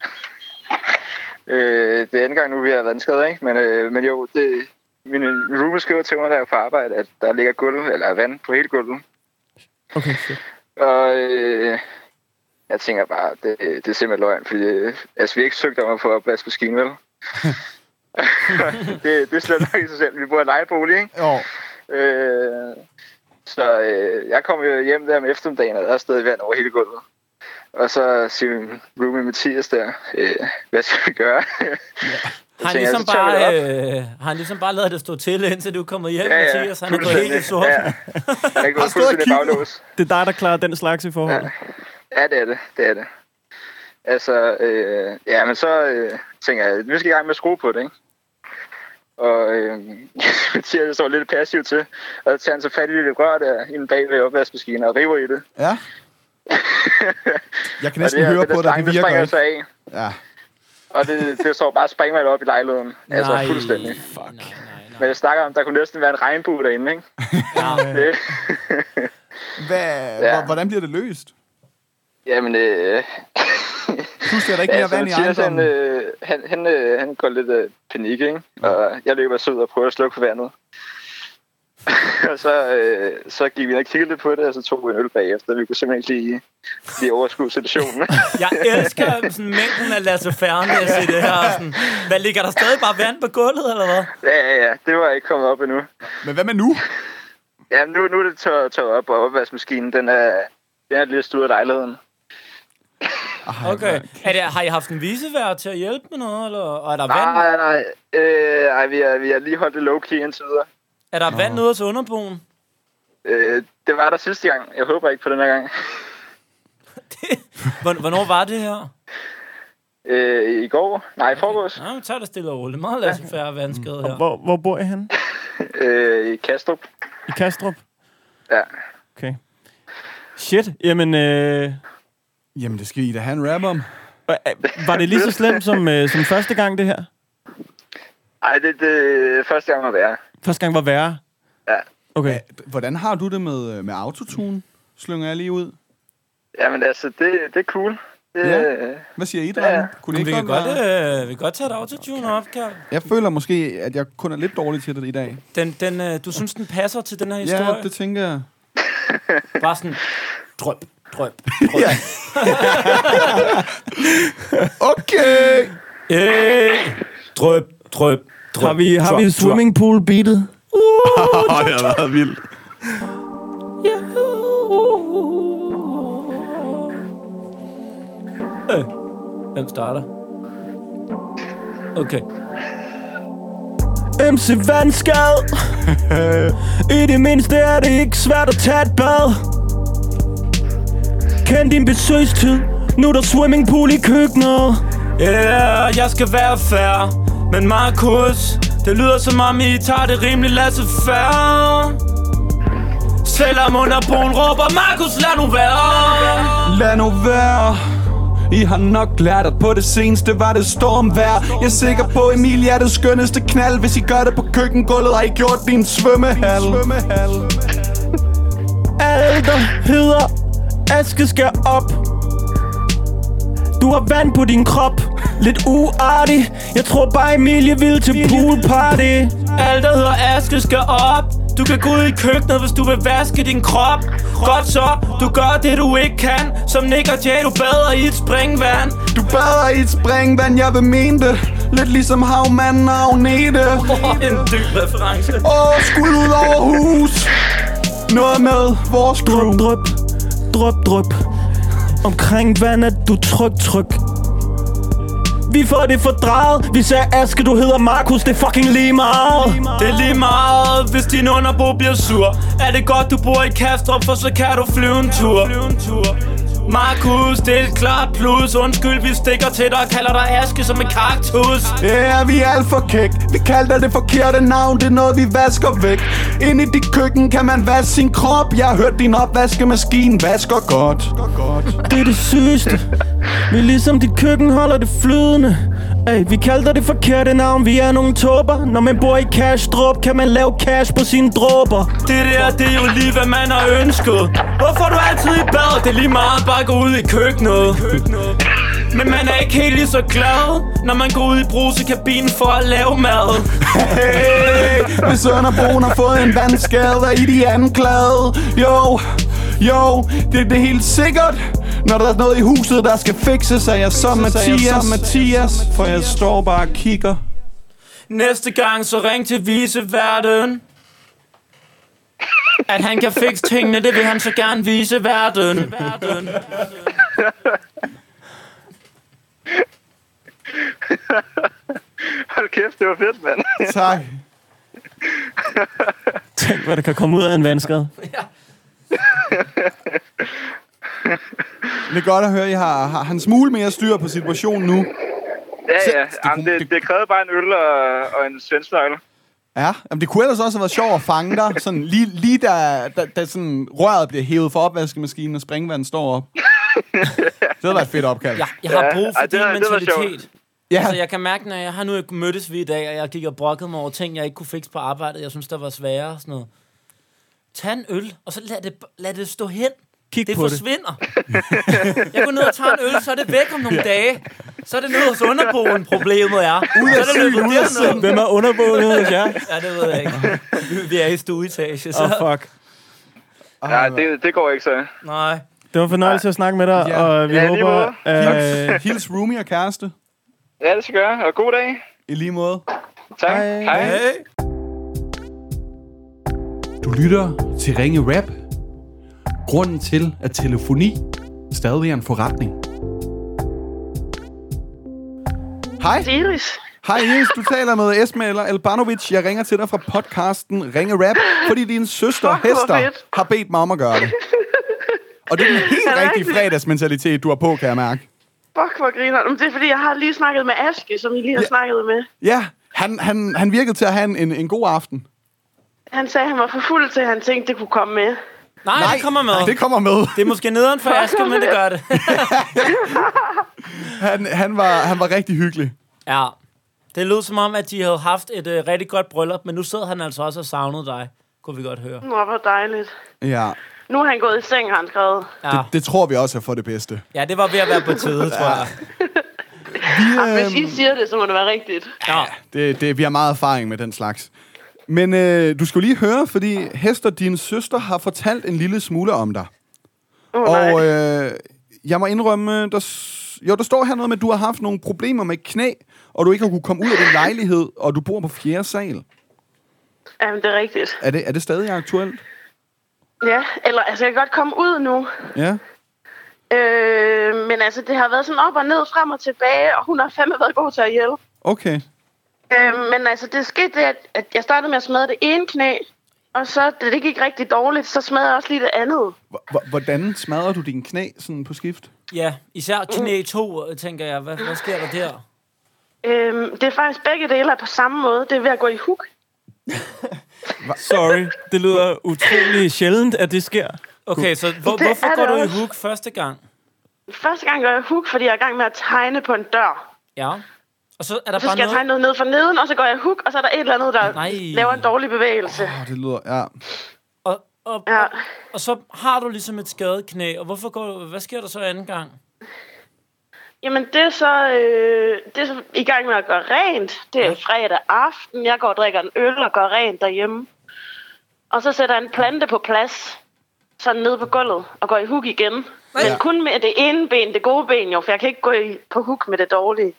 Øh, det er anden gang nu, vi har vandskader, ikke? Men, øh, men jo, det, min roomie skriver til mig, der er på arbejde, at der ligger gulv, eller vand på hele gulvet. Okay, shit. Og øh, jeg tænker bare, det, det er simpelthen løgn, fordi øh, altså, vi har ikke søgt om at få opvaskemaskine, vel? det, det er slet nok i sig selv. Vi bor i lejebolig, ikke? Jo. Øh, så øh, jeg kom jo hjem der om eftermiddagen, og der er stadig vand over hele gulvet. Og så siger min roomie Mathias der, øh, hvad skal vi gøre? Har han, ligesom bare, øh, har han ligesom bare lavet det stå til, indtil du er kommet hjem, Ja, ja. Mathias? Han er gået helt i sort. Ja, jeg er gået fuldstændig baglås. Det er dig, der klarer den slags i forhold. Ja. Ja, det er det. Det er det. Altså, øh, ja, men så øh, tænker jeg, vi skal i gang med at skrue på det, ikke? Og øh, Mathias står lidt passivt til, og så tager han så fat i det rør der inde bag ved opvaskemaskinen og river i det. Ja. Jeg kan næsten og det, høre det, på dig, det virker springer ikke. så af. Ja. Og det, det står bare og springer op i lejligheden. Altså Nej. fuldstændig. Fuck. Nej, nej, nej. Men jeg snakker om, der kunne næsten være en regnbue derinde, ikke? Ja. Det, Hvad, Ja. Hvordan bliver det løst? jamen, øh, Pludselig er der ikke mere altså, vand i Mathias, han, ejendommen. øh, han, han, øh, han går lidt øh, panik, ikke? Og jeg løber så ud og prøver at slukke for vandet. Og så, øh, så gik vi ind og kiggede lidt på det, og så tog vi en øl bagefter. Vi kunne simpelthen ikke lige, lige overskue situationen. Jeg elsker sådan mængden af Lasse Fernes i det her. Sådan, hvad, ligger der stadig bare vand på gulvet, eller hvad? Ja, ja, ja. Det var ikke kommet op endnu. Men hvad med nu? Ja, nu, nu er det tørret tør op, og opvaskemaskinen, den er, den er lidt ud af lejligheden. Okay. Er det, har I haft en visevært til at hjælpe med noget, eller og er der Nej, vand? nej, nej. Øh, ej, vi har, vi har lige holdt det low-key indtil videre. Er der vand nede til underboen? Øh, det var der sidste gang. Jeg håber ikke på den her gang. Hvor- Hvornår var det her? Øh, I går? Nej, i forgårs. Ja, vi tager det stille og roligt. Meget Lasse Fernes vandskade her. Hvor, hvor bor I henne? Øh, I Kastrup. I Kastrup? Ja. Okay. Shit, jamen, øh, Jamen, det skal I da have en rap om. øh, var det lige så slemt som, øh, som første gang, det her? Ej, det, det første gang må være. Første gang var værre? Ja. Okay. Hvordan har du det med, med autotune? Slynger jeg lige ud. Jamen altså, det, det er cool. Det, Ja. Hvad siger I, drenge? Ja. Kunne I Vi ikke kan godt, godt, være- øh, vi kan godt tage et autotune op, Karl. Jeg føler måske, at jeg kun er lidt dårlig til det i dag. Den, den, øh, du synes, den passer til den her historie? Ja, det tænker jeg. Bare sådan, drøb, drøb, drøb. Ja. Okay! Hey, drøb, drøb, drøb. Har vi, har drøb, vi swimmingpool beatet? Åh, det har været vildt. Øh, hvem starter? Okay. M C Vandskad. I det mindste er det ikke svært at tage et bad. Kend din besøgstid. Nu er der swimmingpool i køkkenet. Ja, yeah, jeg skal være fair. Men Markus, det lyder som om I tager det rimelig laissez-faire. Selvom underboen råber, Markus, lad nu være. Lad nu være. I har nok lært, at på det seneste var det stormvejr. Jeg er sikker på, Emilie er det skønneste knald. Hvis I gør det på køkkengulvet, har I gjort din svømmehal. Alt der hedder aske skal op. Du har vand på din krop. Lidt uartig. Jeg tror bare Emilie vil til poolparty. Alt der hedder aske skal op. Du kan gå ud i køkkenet, hvis du vil vaske din krop. Godt så, du gør det du ikke kan. Som Nick og Jay, du bader i et springvand. Du bader i et springvand, jeg vil mene det. Lidt ligesom havmanden og Agnete. Oh, en dyb reference. Åh, oh, skud ud over hus. Noget med vores crew. Drøb, drøb, drøb. Omkring vandet, du tryk, tryk. Vi får det fordrejet. Vi sagde Aske, du hedder Markus. Det er fucking lige meget. Det er lige meget, hvis din underbo bliver sur. Er det godt, du bor i Kastrup, for så kan du flyve en tur. Markus, det er et klart plus. Undskyld, vi stikker til dig og kalder dig Aske som en kaktus. Ja, yeah, vi er alt for kæk. Vi kalder det forkerte navn. Det er noget, vi vasker væk. Inde i dit køkken kan man vaske sin krop. Jeg har hørt din opvaskemaskine vasker godt. Det er det sygeste. Vi ligesom dit køkken holder det flydende. Ey, vi kalder det forkerte navn. Vi er nogle tåber. Når man bor i Cashdrup, kan man lave cash på sine dråber. Det der, det er jo lige, hvad man har ønsket. Hvorfor er du altid i bad? Det er lige meget bare gå ud i køkkenet. Men man er ikke helt lige så glad, når man går ud i brusekabinen for at lave mad. Hey, hvis Sønderboen har fået en vandskade, er I de anklagede. Jo, jo, det er det helt sikkert. Når der er noget i huset, der skal fikses, er jeg som Mathias, Mathias, for jeg står bare og kigger. Næste gang så ring til viceverden. At han kan fikse tingene, det vil han så gerne vise verden. Hold kæft, det var fedt, mand. Tak. Tænk, hvad der kan komme ud af en vandskade. Det er godt at høre, at I har, har en smule mere styr på situationen nu. Ja, ja. Jamen, det, det krævede bare en øl og, og en svensknøgle. Ja, jamen det kunne ellers også have været sjovt at fange dig. Sådan lige, lige da, da, da sådan røret bliver hævet for opvaskemaskinen, og springvandet står op. Det havde været et fedt opkald. Jeg, jeg har brug for Ja, din det var- det var mentalitet. Ja. Altså, jeg kan mærke, når jeg har nu mødtes vi i dag, og jeg gik og brokkede mig over ting, jeg ikke kunne fikse på arbejdet. Jeg synes, der var svære og sådan noget. Tag en øl, og så lad det, lad det stå hen. Kig Det på forsvinder. Jeg går ned og tager en øl, så er det væk om nogle dage. Så er det nede hos underboen, problemet er. Ud af Så er det syn, løbet ud af derned. det. Hvem er underboet hos jer? Ja, det ved jeg ikke. Vi- Vi er i stueetage, så... Åh, oh, fuck. Ja, det, det går ikke så. Nej. Det var en fornøjelse at snakke med dig, Ja. og vi Ja, lige håber... Øh, Hils roomie og kæreste. Ja, det skal jeg gøre. Og god dag. I lige måde. Tak. Hej. Hej. Hey. Du lytter til Ringe Rap. Grunden til, at telefoni stadig er en forretning. Hej. Iris. Hej Iris, du taler med Esmail Albanovic. Jeg ringer til dig fra podcasten Ringe Rap, fordi din søster Fuck, hvor Hester fedt. har bedt mig om at gøre det. Og det er den helt Er det rigtige rigtigt? fredagsmentalitet, du har på, kan jeg mærke. Fuck, hvor griner. Men det er fordi, jeg har lige snakket med Aske, som I lige har Ja. snakket med. Ja, han, han, han virkede til at have en, en god aften. Han sagde, at han var for fuld til, at han tænkte, det kunne komme med. Nej, Nej, det kommer med. Det kommer med. Det er måske nederen for Aske, men det gør det. Han, han, var, han var rigtig hyggelig. Ja. Det lød som om, at de havde haft et uh, rigtig godt bryllup, men nu sidder han altså også og savnede dig. Kunne vi godt høre. Nå, hvor dejligt. Ja. Nu er han gået i seng, har han skrevet. Ja. Det, det tror vi også er for det bedste. Ja, det var ved at være på tide, tror jeg. Vi, øh... Hvis I øhm, siger det, så må det være rigtigt. Ja, det, det, vi har meget erfaring med den slags. Men øh, du skal lige høre, fordi Hester, din søster, har fortalt en lille smule om dig. Oh, og øh, jeg må indrømme, der, jo, der står her noget med, at du har haft nogle problemer med knæ, og du ikke har kunne komme ud af din lejlighed, og du bor på fjerde sal. Jamen, det er rigtigt. Er det, er det stadig aktuelt? Ja, eller altså, jeg kan godt komme ud nu. Ja. Øh, men altså, det har været sådan op og ned, frem og tilbage, og hun har fandme været god til at hjælpe. Okay. Øh, men altså, det skete det, at, at jeg startede med at smadre det ene knæ, og så, da det gik rigtig dårligt, så smadrede jeg også lige det andet. H- hvordan smadrer du din knæ sådan på skift? Ja, især knæ to, tænker jeg. Hvad, hvad sker der der? Øh, det er faktisk begge dele på samme måde. Det er ved at gå i hook. Sorry, det lyder utrolig sjældent, at det sker. Okay, så hvor, hvorfor går du i hook første gang? Første gang går jeg i hook, fordi jeg er i gang med at tegne på en dør. Ja. Og så er der så bare skal noget... jeg tegne noget ned for neden, og så går jeg i hook, og så er der et eller andet, der Nej. laver en dårlig bevægelse. Åh, oh, det lyder... Ja. Og, og, ja. og, og så har du ligesom et skadet knæ, og hvorfor går du... Hvad sker der så anden gang? Jamen, det er så, øh, det er så i gang med at gøre rent. Det er fredag aften. Jeg går og drikker en øl og gør rent derhjemme. Og så sætter jeg en plante på plads, sådan nede på gulvet, og går i hook igen. Men ja. kun med det ene ben, det gode ben jo, for jeg kan ikke gå i, på hook med det dårlige.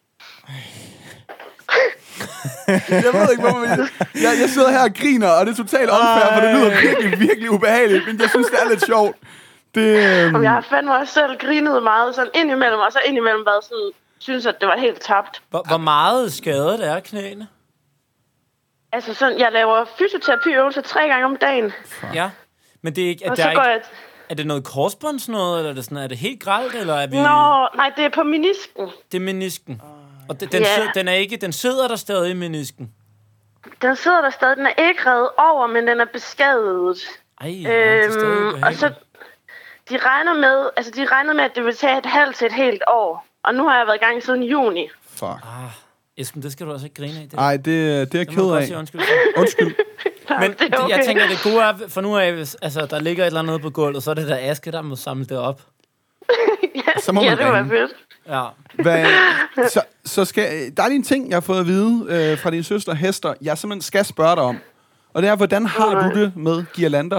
Jeg ved ikke, hvorfor jeg, jeg, jeg sidder her og griner, og det er totalt unfair, for det lyder virkelig, virkelig ubehageligt, men jeg synes, det er lidt sjovt. Det, øhm... Jeg har fandme også selv grinet meget, sådan indimellem, og så indimellem været sådan, synes, at det var helt tabt. Hvor, hvor meget skadet er knæene? Altså sådan, jeg laver fysioterapiøvelser tre gange om dagen. Ja, men det er ikke... Er, og der så er, går ikke jeg... er det noget korsbånds noget, eller er det, sådan, er det helt grelt, eller er vi... Nå, nej, det er på menisken. Det er menisken. Og den, den, Ja. sidder, den, er ikke, den sidder der stadig i menisken. Den sidder der stadig, den er ikke revet over, men den er beskadiget. Ej, ja, det er stadig øhm, og så, de regner med, altså de regner med, at det vil tage et halvt til et helt år. Og nu har jeg været i gang siden juni. Fuck. Ah, Esben, det skal du altså ikke grine af. Nej, det, det er jeg ked af. Undskyld. Undskyld. Men det er okay. jeg tænker, det gode er, for nu af, hvis altså, der ligger et eller andet på gulvet, så er det der Aske, der må samle det op. ja, så må ja, man det var ringe. fedt. Ja. Hvad, så, så skal, der er lige en ting, jeg har fået at vide øh, fra din søster Hester, jeg simpelthen skal spørge dig om. Og det er, hvordan har Nej. du det med girlander?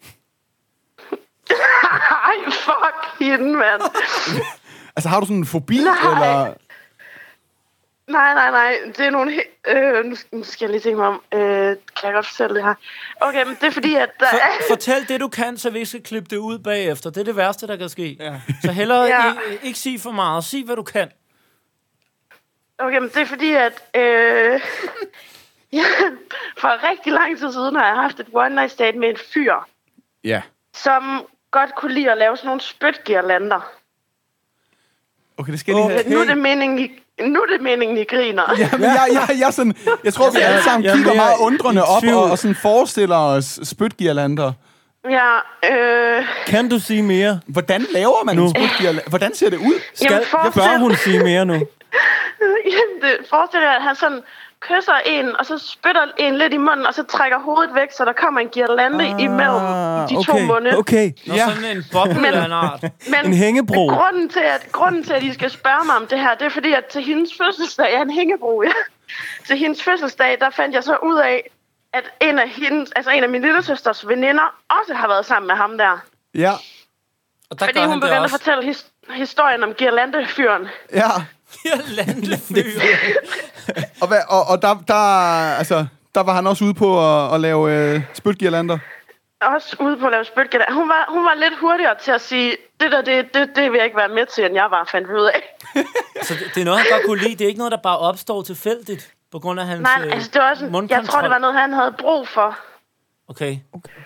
Ej, fuck hende, mand. Altså, har du sådan en fobi, Nej. eller... Nej, nej, nej. Det er nogle... He- øh, nu, nu skal jeg lige tænke mig om. Øh, kan jeg godt fortælle det her? Okay, men det er fordi, at der For, er... fortæl det, du kan, så vi ikke skal klippe det ud bagefter. Det er det værste, der kan ske. Ja. Så hellere Ja. ikke, ikke sige for meget. Sig, hvad du kan. Okay, men det er fordi, at... Øh, ja, for rigtig lang tid siden har jeg haft et one-night stand med en fyr, Ja. som godt kunne lide at lave sådan nogle spytgirlander. Okay, det skal jeg lige have. Okay. Nu er det meningen, I, nu er det meningen, I griner. Ja, men jeg, jeg, jeg, sådan, jeg tror, vi alle sammen jeg er kigger mere meget undrende i op tvivl. og, og sådan forestiller os spytgirlander. Ja, øh... Kan du sige mere? Hvordan laver man Nu. en spytgirlander? Hvordan ser det ud? Skal, Jamen, forestil- bør hun sige mere nu? Jamen, det forestiller jeg, at han sådan kysser en, og så spytter en lidt i munden, og så trækker hovedet væk, så der kommer en girlande ah, imellem de okay, to munde. Okay, Nå, Ja. sådan en boble af en art. Men en hængebro. grunden til, at, grunden til, at I skal spørge mig om det her, det er fordi, at til hendes fødselsdag, ja, en hængebro, ja. Til hendes fødselsdag, der fandt jeg så ud af, at en af, hendes, altså en af min lillesøsters veninder også har været sammen med ham der. Ja. Og der Fordi gør hun han det begyndte at også. fortælle his, historien om girlandefyren. Ja. Girlandefyr. Og, hvad, og, og der, der, altså, der var han også ude på at, at lave øh, spytgirlander. Også ude på at lave spytgirlander. Hun var, hun var lidt hurtigere til at sige, det der, det, det, det vil jeg ikke være med til, end jeg var, fandt vi ud af. Så det, det er noget, han godt kunne lide. Det er ikke noget, der bare opstår tilfældigt på grund af hans Nej, altså det var også, øh, jeg tror, det var noget, han havde brug for. Okay.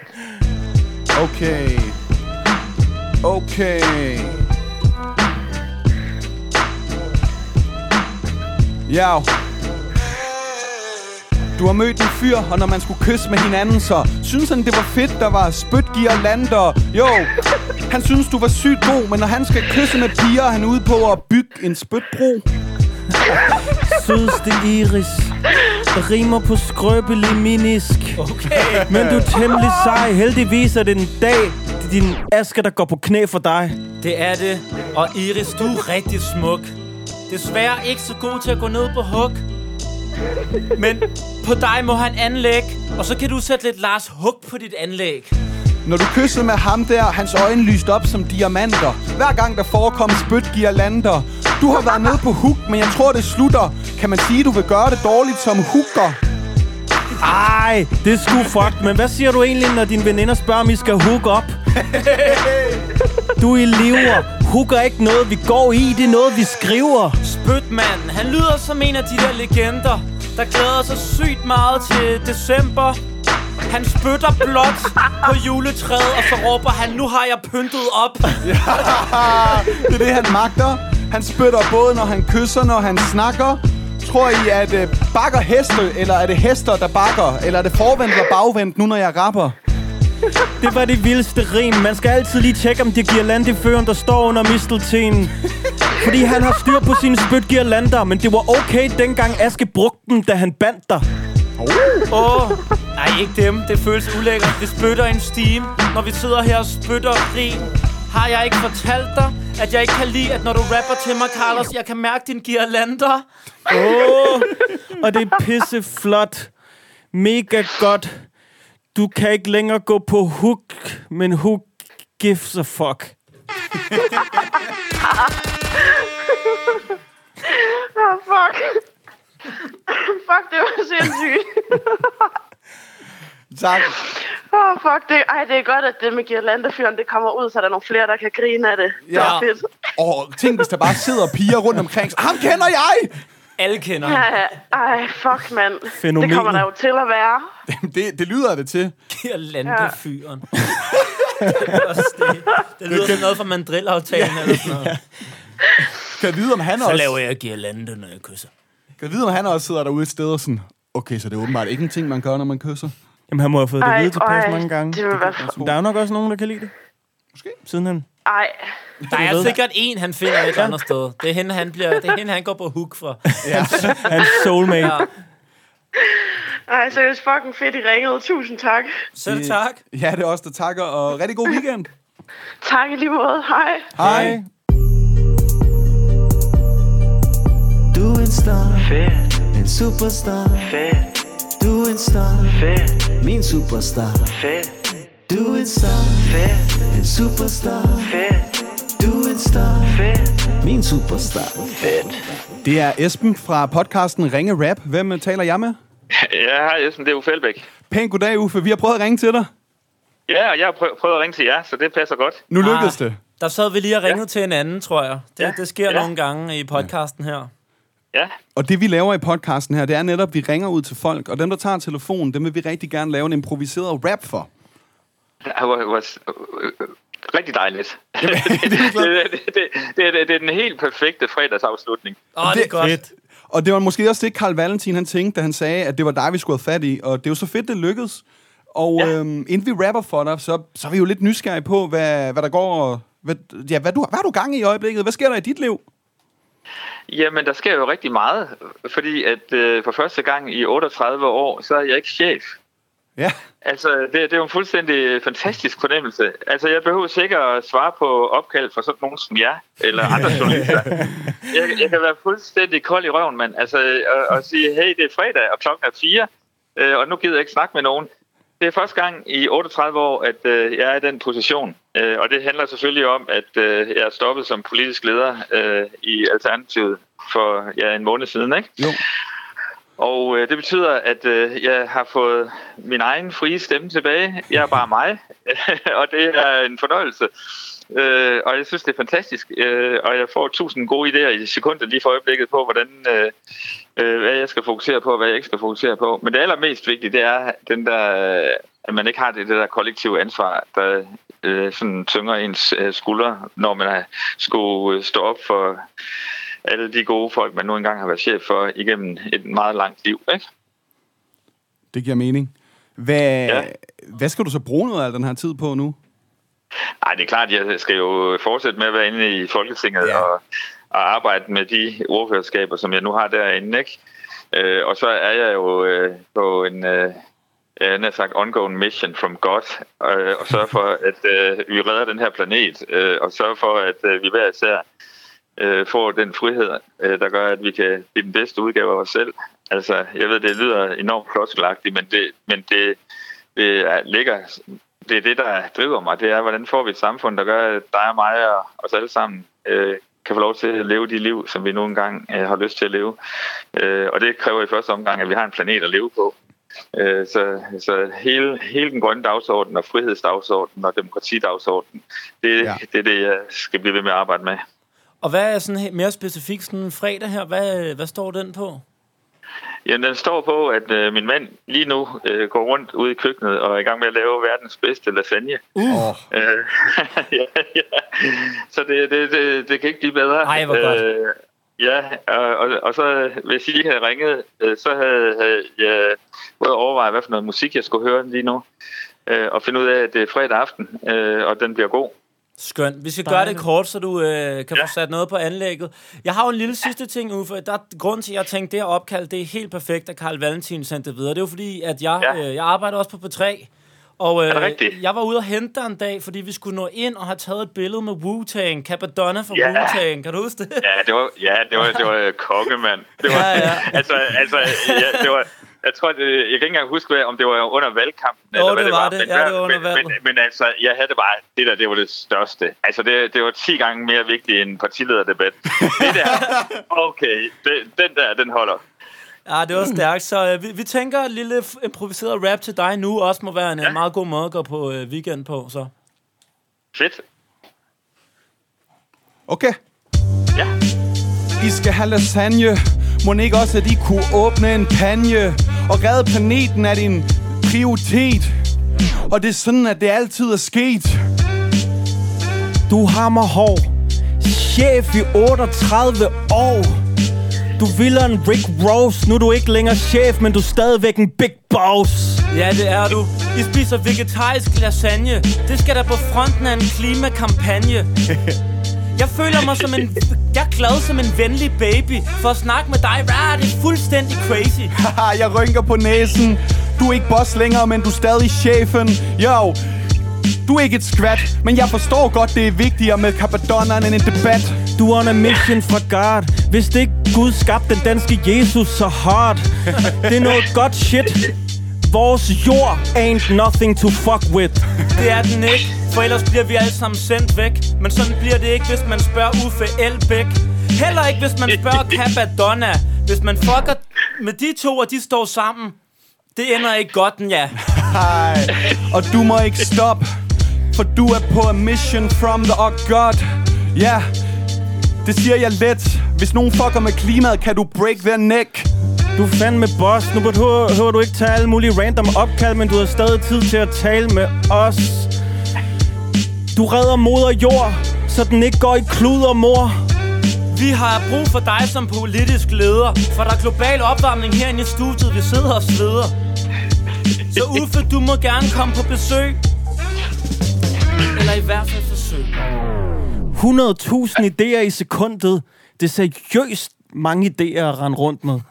Okay. Okay. Ja. Du har mødt en fyr, og når man skulle kysse med hinanden, så synes han, det var fedt, der var spytgirlander. Jo, han synes, du var sygt god, men når han skal kysse med piger, er han ude på at bygge en spytbro. Sødeste Iris, der rimer på skrøbelig minisk. Okay. Men du er temmelig sej. Heldigvis er det en dag, din Asger, der går på knæ for dig. Det er det. Og Iris, du er rigtig smuk. Desværre ikke så god til at gå ned på hug. Men på dig må han anlæg. Og så kan du sætte lidt Lars Hug på dit anlæg. Når du kyssede med ham der, hans øjne lyste op som diamanter. Hver gang der forekom spytgirlander. Du har været nede på hook, men jeg tror det slutter. Kan man sige, du vil gøre det dårligt som hooker? Ej, det er sgu fuck. Men hvad siger du egentlig, når dine veninder spørger, om I skal hook op? Du er elever. Hook er ikke noget, vi går i. Det er noget, vi skriver. Spytmanden, han lyder som en af de der legender, der glæder sig sygt meget til december. Han spytter blot på juletræet, og så råber han, nu har jeg pyntet op. Ja, det er det, han magter. Han spytter både, når han kysser, når han snakker. Tror I, at uh, bakker heste, eller er det hester, der bakker? Eller er det forvendt eller bagvendt, nu når jeg rapper? Det var det vildeste rim. Man skal altid lige tjekke, om det girlandeføren, der står under misteltenen. Fordi han har styr på sine spytgirlander. Men det var okay, dengang Aske brugte dem, da han bandt dig. Åh, oh. Nej, ikke dem. Det føles ulækkert. Det spytter en steam, når vi sidder her og spytter rim. Har jeg ikke fortalt dig, at jeg ikke kan lide, at når du rapper til mig, Carlos, jeg kan mærke din girlander? Åh, oh. Og det er pisse flot. Mega godt. Du kan ikke længere gå på hook, men hook gives a fuck. Ah, fuck. Fuck, det var sindssygt. Tak. Åh, oh, fuck. Det, ej, det er godt, at det med girlandefyren, det kommer ud, så der er nogle flere, der kan grine af det. Ja. Det er fedt. Og tænk, hvis der bare sidder piger rundt omkring. Ham kender jeg! Alle kender ja, ja. Ej, fuck, mand. Fænomenet. Det kommer der jo til at være. det, det lyder det til. Girlandefyren. Ja. det, det lyder som noget fra mandrillaftalen eller sådan noget. Kan jeg vide, om han så også... Så laver jeg girlande, når jeg kysser. Kan jeg vide, om han også sidder derude et sted og sådan... Okay, så det er åbenbart ikke en ting, man gør, når man kysser. Jamen, han må have fået det ej, vide tilpas ej, mange gange. Det vil være for... Der er jo nok også nogen, der kan lide det. Måske. Siden han... Ej. Der er sikkert en, han finder et andet sted. Det er hende, han, bliver, det er hende, han går på hook for. Ja. Hans soulmate. Ja. Ej, så er det fucking fedt, I ringede. Tusind tak. Selv tak. Ja, det er os, der takker, og rigtig god weekend. Tak i lige måde. Hej. Hej. Du er en star. Fedt. En superstar. Fedt. Du er en star. Fedt. Min superstar. Fedt. Du er en star. Fedt. En superstar. Fedt. Du er en star. Fedt. Min superstar. Fedt. Det er Esben fra podcasten Ringe Rap. Hvem taler jeg med? Ja, hej Esben, det er Uffe Elbæk. Pænt goddag, Uffe. Vi har prøvet at ringe til dig. Ja, og jeg har prø- prøvet at ringe til jer, så det passer godt. Nu lykkedes ah, det. Der sad vi lige og ringede ja. til en anden, tror jeg. Det, ja. det sker ja. nogle gange i podcasten her. Ja. Og det vi laver i podcasten her, det er netop, at vi ringer ud til folk, og dem, der tager telefonen, dem vil vi rigtig gerne lave en improviseret rap for. Det var, var rigtig dejligt. Jamen, det, det, det, det, det, det, det, det er den helt perfekte fredagsafslutning. Åh, oh, det er godt. Fedt. Og det var måske også det, Carl Valentin han tænkte, da han sagde, at det var dig, vi skulle have fat i. Og det er jo så fedt, det lykkedes. Og ja. øhm, inden vi rapper for dig, så, så er vi jo lidt nysgerrige på, hvad, hvad der går. Og, hvad, ja, hvad, du, hvad har du gang i i øjeblikket? Hvad sker der i dit liv? Jamen, der sker jo rigtig meget. Fordi at øh, for første gang i otteogtredive år, så er jeg ikke chef. Ja. Altså, det, det er jo en fuldstændig fantastisk fornemmelse. Altså, jeg behøver sikkert at svare på opkald for sådan nogen som jer, eller andre journalister. Jeg, jeg kan være fuldstændig kold i røven, mand. Altså, og, og sige, hey, det er fredag, og klokken er fire, øh, og nu gider jeg ikke snakke med nogen. Det er første gang i otteogtredive år, at øh, jeg er i den position. Øh, og det handler selvfølgelig om, at øh, jeg er stoppet som politisk leder øh, i Alternativet for ja, en måned siden, ikke? Jo. Og øh, det betyder, at øh, jeg har fået min egen frie stemme tilbage. Jeg er bare mig, og det er en fornøjelse. Øh, og jeg synes, det er fantastisk. Øh, og jeg får tusind gode idéer i sekundet lige for øjeblikket på, hvordan, øh, øh, hvad jeg skal fokusere på, og hvad jeg ikke skal fokusere på. Men det allermest vigtige, det er, den der, at man ikke har det, det der kollektive ansvar, der øh, sådan tynger ens øh, skuldre, når man har skulle stå op for alle de gode folk, man nu engang har været chef for igennem et meget langt liv, ikke? Det giver mening. Hvad, ja. hvad skal du så bruge noget af den her tid på nu? Nej, det er klart, jeg skal jo fortsætte med at være inde i Folketinget ja. og, og arbejde med de ordførerskaber, som jeg nu har derinde, ikke? Øh, og så er jeg jo øh, på en, øh, øh, nær sagt ongoing mission from God, øh, og sørge for, at øh, vi redder den her planet, øh, og sørge for, at øh, vi hver især øh, får den frihed, øh, der gør, at vi kan blive den bedste udgave af os selv. Altså, jeg ved, det lyder enormt floskelagtigt, men det, men det, det er, ligger... Det er det, der driver mig. Det er, hvordan får vi et samfund, der gør, at dig og mig og os alle sammen øh, kan få lov til at leve de liv, som vi nogle gange øh, har lyst til at leve. Øh, og det kræver i første omgang, at vi har en planet at leve på. Øh, så så hele, hele den grønne dagsorden og frihedsdagsorden og demokratidagsorden, det, ja. det er det, jeg skal blive ved med at arbejde med. Og hvad er sådan mere specifikt sådan en fredag her? Hvad, hvad står den på? Jamen, den står på, at øh, min mand lige nu øh, går rundt ude i køkkenet og er i gang med at lave verdens bedste lasagne. Uh. Øh, ja, ja. Så det, det, det, det kan ikke blive bedre. Ej, hvor godt. Øh, ja, og, og, og så hvis I havde ringet, øh, så havde, havde jeg både overvejet, hvad for noget musik jeg skulle høre lige nu, øh, og finde ud af, at det er fredag aften, øh, og den bliver god. Skønt. Vi skal gøre det kort, så du øh, kan ja. få sat noget på anlægget. Jeg har jo en lille sidste ting, Uffe. Der er grund til, at jeg tænkte, det her opkald, det er helt perfekt, at Carl Valentin sendte det videre. Det er jo fordi, at jeg, ja. øh, jeg arbejder også på P tre. Og øh, jeg var ude og hente dig en dag, fordi vi skulle nå ind og have taget et billede med Wu-Tang. Capadonna fra ja. Wu-Tang. Kan du huske det? Ja, det var, ja, det var, det var kokkemand. Det var, ja, ja. Altså, altså ja, det var... Jeg tror, det, jeg kan ikke engang huske, om det var under valgkampen. Jo, eller hvad det, det var var det. Men, ja, det var under men, valget. men, men altså, jeg havde det bare, det der, det var det største. Altså, det, det var ti gange mere vigtigt end partilederdebat. Det der, okay, det, den der, den holder. Ja, det var stærkt. Så øh, vi, vi tænker, at lille improviseret rap til dig nu også må være en ja. meget god måde at gå på øh, weekend på, så. Fedt. Okay. Ja. I skal have lasagne. Må ikke også, at I kunne åbne en panje og redde planeten er din prioritet. Og det er sådan, at det altid er sket. Du har mig hård. Chef i otteogtredive år. Du ville en Rick Ross. Nu er du ikke længere chef, men du er stadigvæk en big boss. Ja, det er du. I spiser vegetarisk lasagne. Det skal der på fronten af en klimakampagne. Jeg føler mig som en... Jeg er glad som en venlig baby. For at snakke med dig, rah, det er fuldstændig crazy. Haha, jeg rynker på næsen. Du er ikke boss længere, men du er stadig chefen. Yo, du er ikke et skvat, men jeg forstår godt, det er vigtigere med Capadonnaen end en debat. Du er on a mission fra God. Hvis det ikke Gud skabte den danske Jesus så hard. Det er noget godt shit. Vores jord ain't nothing to fuck with. Det er den ikke, for ellers bliver vi alle sammen sendt væk. Men sådan bliver det ikke, hvis man spørger Uffe Elbæk. Heller ikke, hvis man spørger Capadonna. Hvis man fucker med de to, og de står sammen, det ender ikke godt, ja. Hej, og du må ikke stoppe, for du er på a mission from the oh God. Ja, yeah, det siger jeg let. Hvis nogen fucker med klimaet, kan du break their neck. Du er fandme boss. Nu behøver du ikke tage alle mulige random opkald, men du har stadig tid til at tale med os. Du redder moder jord, så den ikke går i kluder, mor. Vi har brug for dig som politisk leder, for der er global opvarmning herinde i studiet. Vi sidder og sveder. Så Uffe, du må gerne komme på besøg. Eller i hvert fald forsøg. hundrede tusind idéer i sekundet. Det er seriøst mange idéer at rende rundt med.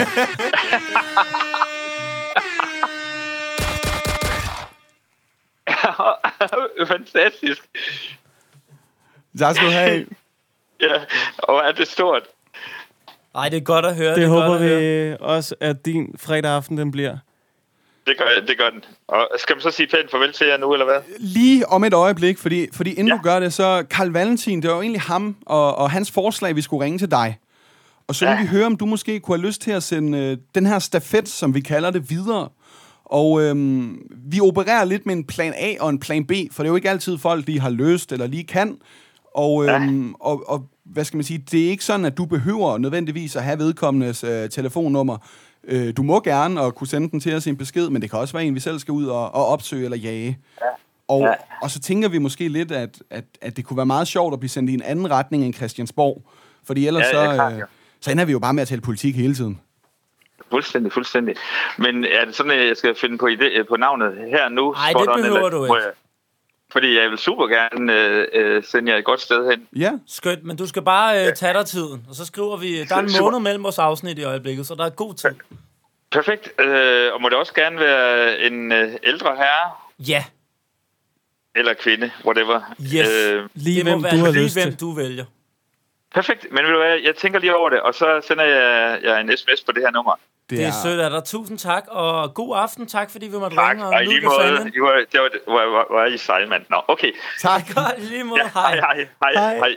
Fantastisk. Tak skal du have. Ja, og er det stort? Ej, det er godt at høre. Det, det håber godt vi høre. også, at din fredag aften den bliver. Det gør, det gør den. Og skal man så sige pænt farvel til jer nu, eller hvad? Lige om et øjeblik, fordi, fordi inden ja. du gør det, så Carl Valentin, det var jo egentlig ham og, og hans forslag, vi skulle ringe til dig. Og så vil ja. vi høre, om du måske kunne have lyst til at sende øh, den her stafet, som vi kalder det, videre. Og øhm, vi opererer lidt med en plan A og en plan B, for det er jo ikke altid folk, de har løst eller lige kan. Og, øhm, ja. og, og hvad skal man sige, det er ikke sådan, at du behøver nødvendigvis at have vedkommendes øh, telefonnummer. Øh, du må gerne og kunne sende den til os i en besked, men det kan også være en, vi selv skal ud og, og opsøge eller jage. Ja. Og, ja. og så tænker vi måske lidt, at, at, at det kunne være meget sjovt at blive sendt i en anden retning end Christiansborg. Fordi ellers ja, så, klart, ja. øh, så ender vi jo bare med at tale politik hele tiden. Fuldstændig, fuldstændig. Men er det sådan, at jeg skal finde på, ide, på navnet her nu? Nej, det behøver eller, du ikke. Jeg, fordi jeg vil super gerne øh, sende jer et godt sted hen. Ja. Skønt, men du skal bare øh, tage dig tiden. Og så skriver vi, der er en måned mellem vores afsnit i øjeblikket, så der er god tid. Perfekt. Øh, og må det også gerne være en øh, ældre herre? Ja. Eller kvinde, whatever. Yes. Øh, lige det hvem må du være har lige lyst hvem til. du vælger. Perfekt. Men ved du hvad, jeg tænker lige over det, og så sender jeg, jeg en sms på det her nummer. Det, det er sødt af dig. Tusind tak, og god aften. Tak, fordi vi måtte tak, ringe. Tak, og lige måde. I var, det var, var, var, var I sejlmand. Nå, okay. Tak. Godt, lige måde. Ja, hej, hej, hej, hej, hej.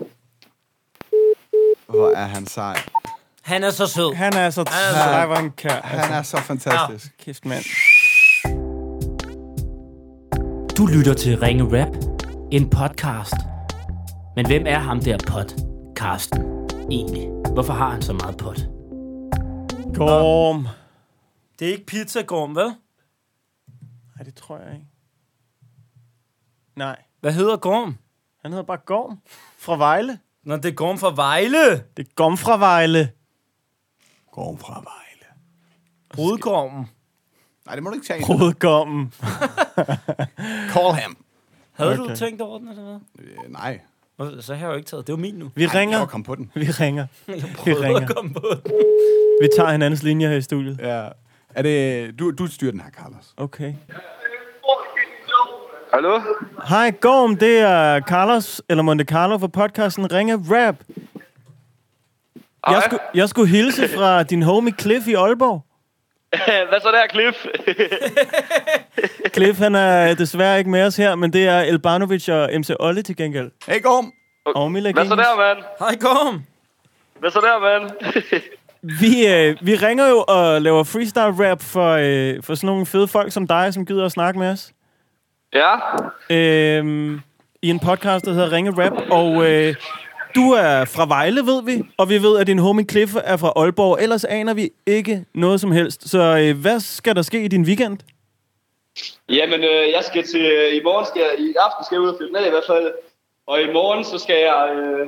Hvor er han sej. Han er så sød. Han er så trævanker. Han er så fantastisk. Ja. Kæft, mand. Du lytter til Ringe Rap, en podcast. Men hvem er ham der pot, Karsten, egentlig? Hvorfor har han så meget pot? Gorm. Det er ikke pizzagorm, vel? Nej, det tror jeg ikke. Nej. Hvad hedder Gorm? Han hedder bare Gorm. Fra Vejle. Nå, det er Gorm fra Vejle. Det er Gorm fra Vejle. Gorm fra Vejle. Brudgormen. Nej, det må du ikke tage. Brudgormen. Call ham. Havde Okay. du tænkt over den, eller hvad? Øh, nej. Så har jeg jo ikke taget. Det var min nu. Vi Ej, ringer. jeg kom på den. Vi ringer. Jeg Vi ringer. at komme på den. Vi tager hinandens linjer her i studiet. Ja. Er det... Du, du styrer den her, Carlos. Okay. Hallo? Hej, Gorm. Det er Carlos, eller Monte Carlo fra podcasten Ringe Rap. Jeg skulle, jeg skulle hilse fra din homie Cliff i Aalborg. Hvad så der, Cliff? Cliff, han er desværre ikke med os her, men det er Elbanovic og M C Olle til gengæld. Hey, Gorm. Og Mila Hvad så der, mand? Hej, Gorm. Hvad så der, mand? Vi, øh, vi ringer jo og laver freestyle rap for, øh, for sådan nogle fede folk som dig, som gider at snakke med os. Ja? Øh, I en podcast, der hedder Ringe Rap. Og øh, du er fra Vejle, ved vi. Og vi ved, at din homie Cliff er fra Aalborg. Ellers aner vi ikke noget som helst. Så øh, hvad skal der ske i din weekend? Jamen, øh, jeg skal til... Øh, I morgen skal jeg... I aften skal jeg ud og filme i hvert fald. Og i morgen, så skal jeg... Øh,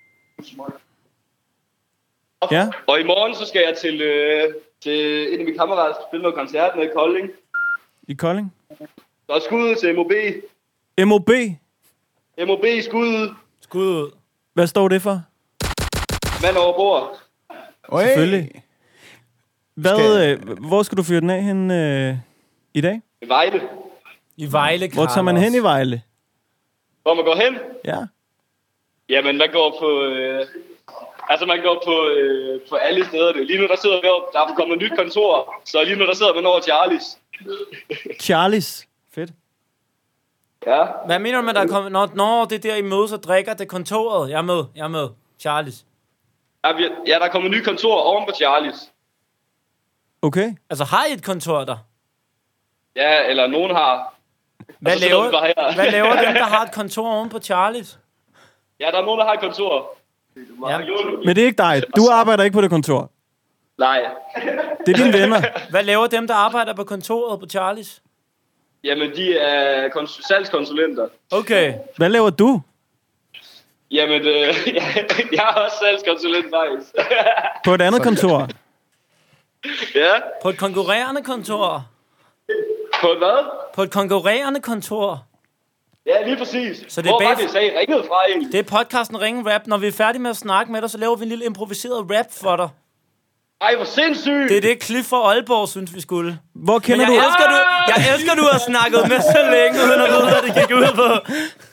Ja. Og i morgen, så skal jeg til, øh, til en af mine kammerater, der spille noget koncert nede i Kolding. I Kolding? Og skud til M O B. M O B? M O B, skud. Skud ud. Hvad står det for? Mand over bord. Oi. Selvfølgelig. Hvad, Skal- øh, hvor skal du fyre den af hen øh, i dag? I Vejle. I Vejle, Hvor tager man hen i Vejle? Hvor man går hen? Ja. Jamen, man går på... Øh, altså, man går på, øh, på alle steder. Lige nu, der sidder vi op, der er kommet et nyt kontor. Så lige nu, der sidder man over Charlies. Charlies. Fedt. Ja. Hvad mener du med, der er kommet... Nå, nå, det er der, I mødes og drikker, det er kontoret. Jeg er med, jeg er med. Charlies. Ja, vi, ja, der er kommet et nyt kontor oven på Charlies. Okay. Altså, har I et kontor der? Ja, eller nogen har. Hvad så sidder vi laver, bare her. hvad laver dem, der har et kontor oven på Charlies? Ja, der er nogen, der har et kontor. Ja. Men det er ikke dig. Du arbejder ikke på det kontor. Nej. Det er dine venner. Hvad laver dem, der arbejder på kontoret på Charlies? Jamen, de er kons- salgskonsulenter. Okay. Hvad laver du? Jamen, øh, jeg, jeg er også salgskonsulent, faktisk. På et andet kontor? Ja. På et konkurrerende kontor? På et hvad? På et konkurrerende kontor? Ja, lige præcis. Så det er Hvor var bag- det, så I ringede fra egentlig? Det er podcasten Ringe Rap. Når vi er færdige med at snakke med dig, så laver vi en lille improviseret rap for dig. Ej, hvor sindssygt! Det er det, Cliff fra Aalborg synes, vi skulle. Hvor kender Men jeg du... elsker, du, jeg elsker, du har snakket med så længe, uden at vide, hvad det gik ud på.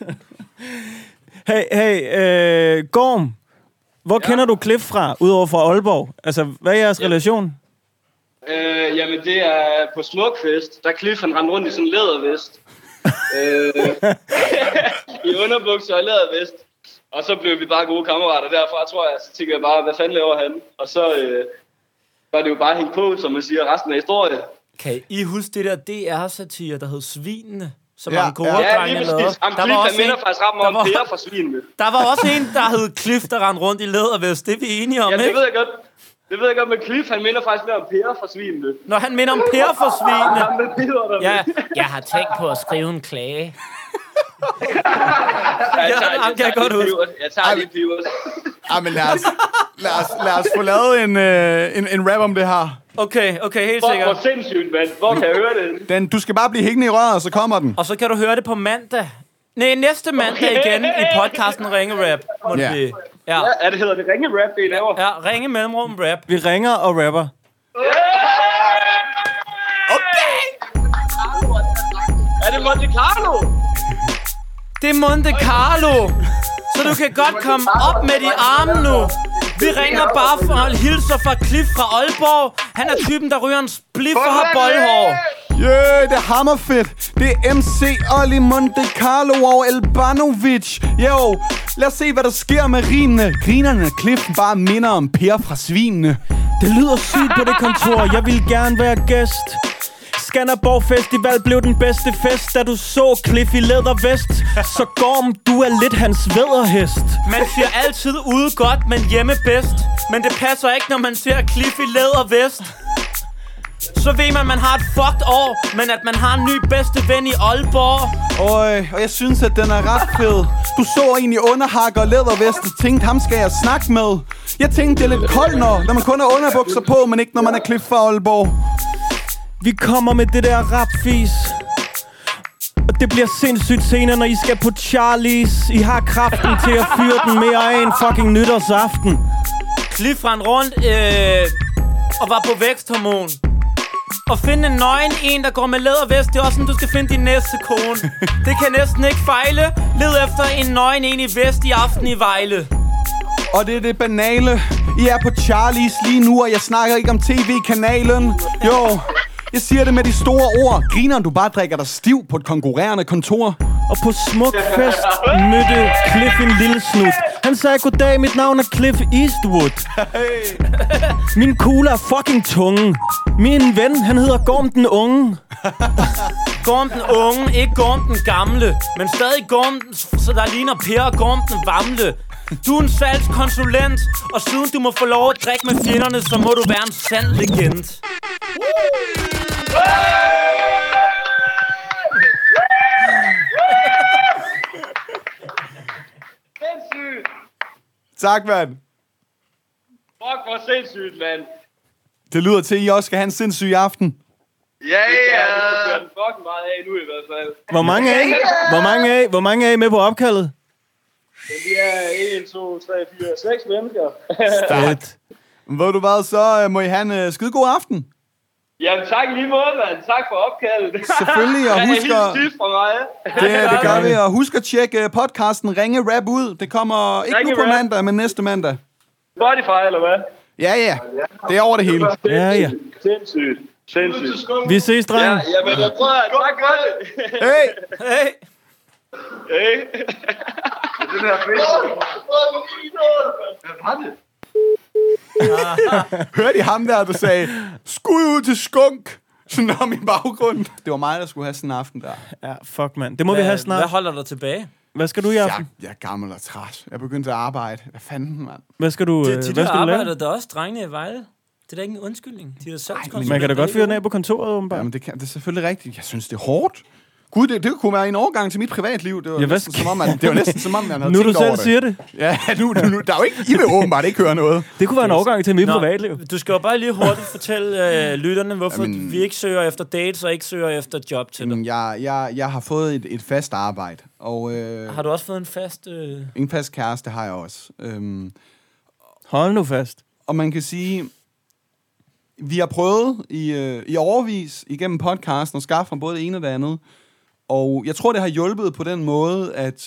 Hey, hey, øh, Gorm. Hvor ja. kender du Cliff fra, udover fra Aalborg? Altså, hvad er jeres ja. relation? Øh, jamen, det er på Smukfest. Der Cliff, han rendte rundt i sådan en lædervest. øh, I underbukser og lædervest. Og så blev vi bare gode kammerater derfra, tror jeg. Så tænker jeg bare, hvad fanden laver han? Og så øh, var det jo bare hængt på, som man siger, resten af historien. Kan I huske det der D R-satire, der hed Svinene? Som Ja, ja, Angora Ja, drengene lige lavede. præcis. Am Der Cliff, var han også minder en, faktisk ret der meget om var- Per fra Svinene. der var også en, der hed Cliff, der rendte rundt i lædervest. Det er vi enige om, Ja, det ikke? ved jeg godt. Det ved jeg godt, men Cliff, han minder faktisk mere om Per fra Svinene. Når han minder om Per for Svinene. Ham med biderne. Ja, jeg har tænkt på at skrive en klage. jeg Ja, ham kan jeg godt huske. Jeg tager lige pivers. Ej, men lad os, lad os, lad os få lavet en, øh, en, en rap om det her. Okay, okay, helt Hvor, sikkert. hvor sindssygt, mand. Hvor kan jeg høre det? Den, du skal bare blive hængende i røret, og så kommer den. Og så kan du høre det på mandag. Nej, næste mandag Okay. igen i podcasten Ringe Rap. Må det Ja. blive. Ja. Ja, det hedder det ringe rap, det I laver. Ja, Ringe Mellemrum Rap. Vi ringer og rapper. er Monte Carlo. Det er Monte Carlo. Så du kan godt komme op med de arme nu. Vi ringer bare for at hilse fra Cliff fra Aalborg. Han er typen, der ryger en spliff og har boldhår. Yeah, det er hammerfedt. Det er M C Olli, Monte Carlo og Elbanovic. Jo, lad os se, hvad der sker med rimene. Grinerne Cliff bare minder om Per fra Svinene. Det lyder sygt på det kontor. Jeg vil gerne være gæst. Skanderborg Festival blev den bedste fest, da du så Cliff i lædervest. Så Gorm, du er lidt hans vædderhest. Man siger altid ude godt, men hjemme bedst. Men det passer ikke, når man ser Cliff i lædervest. Så ved man, at man har et fucked år, men at man har en ny bedste ven i Aalborg. Øj, og jeg synes, at den er ret fed. Du så en i underhakker og lædervest og tænkte, ham skal jeg snakke med. Jeg tænkte, det er lidt koldt, når, når man kun har underbukser på, men ikke når man er Cliff fra Aalborg. Vi kommer med det der rapfis. Og det bliver sindssygt senere, når I skal på Charlies. I har kraften til at fyre den mere af en fucking nytårsaften. Cliff rendte rundt øh, og var på væksthormon. Og finde en nøgen en, der går med lædervest, det er også sådan, du skal finde din næste kone. Det kan næsten ikke fejle. Led efter en nøgen en i vest i aften i Vejle. Og det er det banale. I er på Charlies lige nu, og jeg snakker ikke om T V-kanalen. Jo, jeg siger det med de store ord. Griner du bare drikker dig stiv på et konkurrerende kontor. Og på smuk fest mødte Cliff en lille snut. Han sagde, goddag, mit navn er Cliff Eastwood. Hey. Min kugle er fucking tunge. Min ven, han hedder Gorm den Unge. Gorm den Unge, ikke Gorm den Gamle. Men stadig Gorm, så der ligner Per og Gorm den Vamle. Du er en salgskonsulent, og siden du må få lov at drikke med fjenderne, så må du være en sand legend. Sindssygt. Tak, mand. Fuck, hvor sindssygt, mand. Det lyder til, at I også skal have en sindssyg aften. Ja, ja. Det skal den fucking meget af nu i hvert fald. Hvor mange er I? Hvor mange er I? Hvor mange er I med på opkaldet? Men vi er en, to, tre, fire, seks mennesker. Start. Ved du hvad, så må I have en uh, skide god aften. Jamen tak lige måde, mand. Tak for opkaldet. Selvfølgelig, og husk at... Det er fra mig. Det, det gør vi, og husk at tjekke podcasten Ringe Rap ud. Det kommer ikke Ringe nu på rap. mandag, men næste mandag. Spotify, eller hvad? Ja, ja. Det er over det hele. Ja, ja. Sindssygt. Sindssygt. Vi ses, drenge. Ja, jamen, jeg prøver at tak for det. Hey! Hey! Hey! Det der fisk. Hvad var det? Hørte I ham der, der sagde, skud ud til skunk, sådan om i baggrunden. Det var mig, der skulle have sådan en aften der. Ja, fuck, mand. Det må Hva, vi have snart. Hvad holder dig tilbage? Hvad skal du i aften? Jeg, jeg er gammel og træt. Jeg begyndte at arbejde. Hvad fanden, mand? Hvad skal du, De, øh, de hvad der skal du lave? arbejder der også, drengene i Vejle. Det er da ikke en undskyldning. De er salgskonsulenter. Man kan da godt fyre den af på kontoret, åbenbart. Jamen, det, kan, det er selvfølgelig rigtigt. Jeg synes, det er hårdt. Gud, det, det kunne være en overgang til mit privatliv. Det var, ja, næsten, som om, man, det var næsten som om, man havde nu tænkt du over selv siger det. Ja, nu, nu, nu, der er jo ikke, I vil åbenbart ikke høre noget. Det kunne være en overgang til mit Nå, privatliv. Du skal jo bare lige hurtigt fortælle øh, lytterne, hvorfor Jamen, vi ikke søger efter dates og ikke søger efter job til dem. Jeg, jeg, jeg har fået et, et fast arbejde. Og, øh, har du også fået en fast... Øh... En fast kæreste har jeg også. Øhm, Hold nu fast. Og man kan sige... Vi har prøvet i, øh, i overvis igennem podcasten at skaffe fra både det ene og det andet. Og jeg tror, det har hjulpet på den måde, at...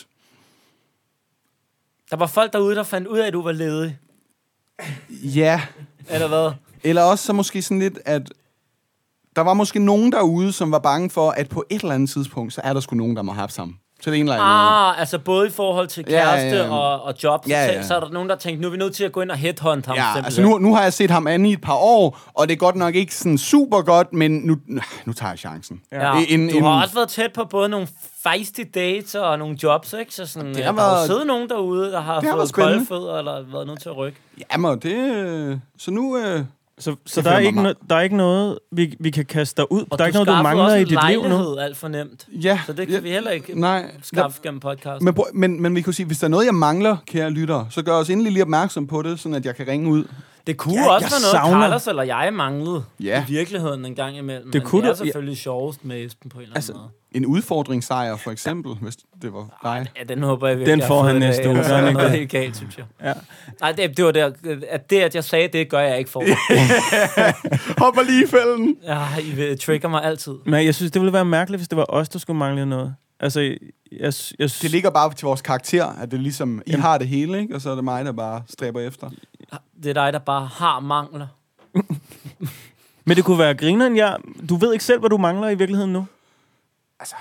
Der var folk derude, der fandt ud af, at du var ledig. Ja. Eller hvad? Eller også så måske sådan lidt, at... Der var måske nogen derude, som var bange for, at på et eller andet tidspunkt, så er der sgu nogen, der må have sammen. Til det ene eller andet. Ah, altså både i forhold til kæreste ja, ja, ja. Og, og job, ja, ja. Så, så er der nogen, der tænkte, nu er vi nødt til at gå ind og headhunt ham. Ja, altså nu, nu har jeg set ham an i et par år, og det er godt nok ikke sådan super godt, men nu, nu tager jeg chancen. Ja. En, du en, har også været tæt på både nogle feisty dates og nogle jobs, ikke? Så sådan, det har der været, har siddet nogen derude, der har fået kolde fødder, eller været nødt til at rykke. Jamen, det... Så nu... Øh, Så, så der, er ikke no, der er ikke noget, vi, vi kan kaste dig ud. Og der er ikke noget, du mangler i dit liv nu. Alt for nemt. Ja. Så det kan ja, vi heller ikke nej, skaffe gennem podcast. Men, men, men vi kan sige, hvis der er noget, jeg mangler, kære lyttere, så gør os endelig lige opmærksom på det, sådan at jeg kan ringe ud. Det kunne ja, også være noget, savner. Carlos eller jeg manglede ja. i virkeligheden en gang imellem. Det, kunne det er du, selvfølgelig ja. sjovest med Esben på en eller anden altså, måde. En udfordringssejr, for eksempel, hvis det var dig. Ja, den håber jeg virkelig. Den får han næste uge. Det er noget helt galt, synes jeg. Ja. Nej, det, det var der, at det, at jeg sagde, det gør jeg ikke for. Hopper lige i fælden. Ja, I vil trigger mig altid. Men jeg synes, det ville være mærkeligt, hvis det var os, der skulle mangle noget. Altså, jeg, jeg, jeg det ligger bare til vores karakter, at det ligesom, I har det hele, ikke? Og så er det mig, der bare stræber efter. Det er dig, der bare har mangler. Men det kunne være grineren, ja. Du ved ikke selv, hvad du mangler i virkeligheden nu? Altså...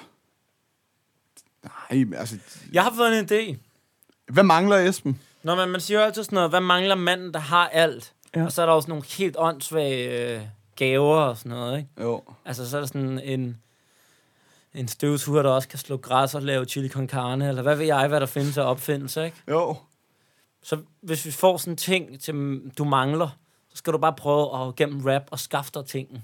Nej, altså... Jeg har fået en idé. Hvad mangler Esben? Nå, men man siger jo altid sådan noget, hvad mangler manden, der har alt? Ja. Og så er der også nogle helt åndssvage øh, gaver og sådan noget, ikke? Jo. Altså, så er der sådan en... En støvsuger, der også kan slå græs og lave chili con carne, eller hvad ved jeg, hvad der findes af opfindelser, ikke? Jo. Så hvis vi får sådan en ting, til, du mangler, så skal du bare prøve at gennem rap og skaffe dig tingen.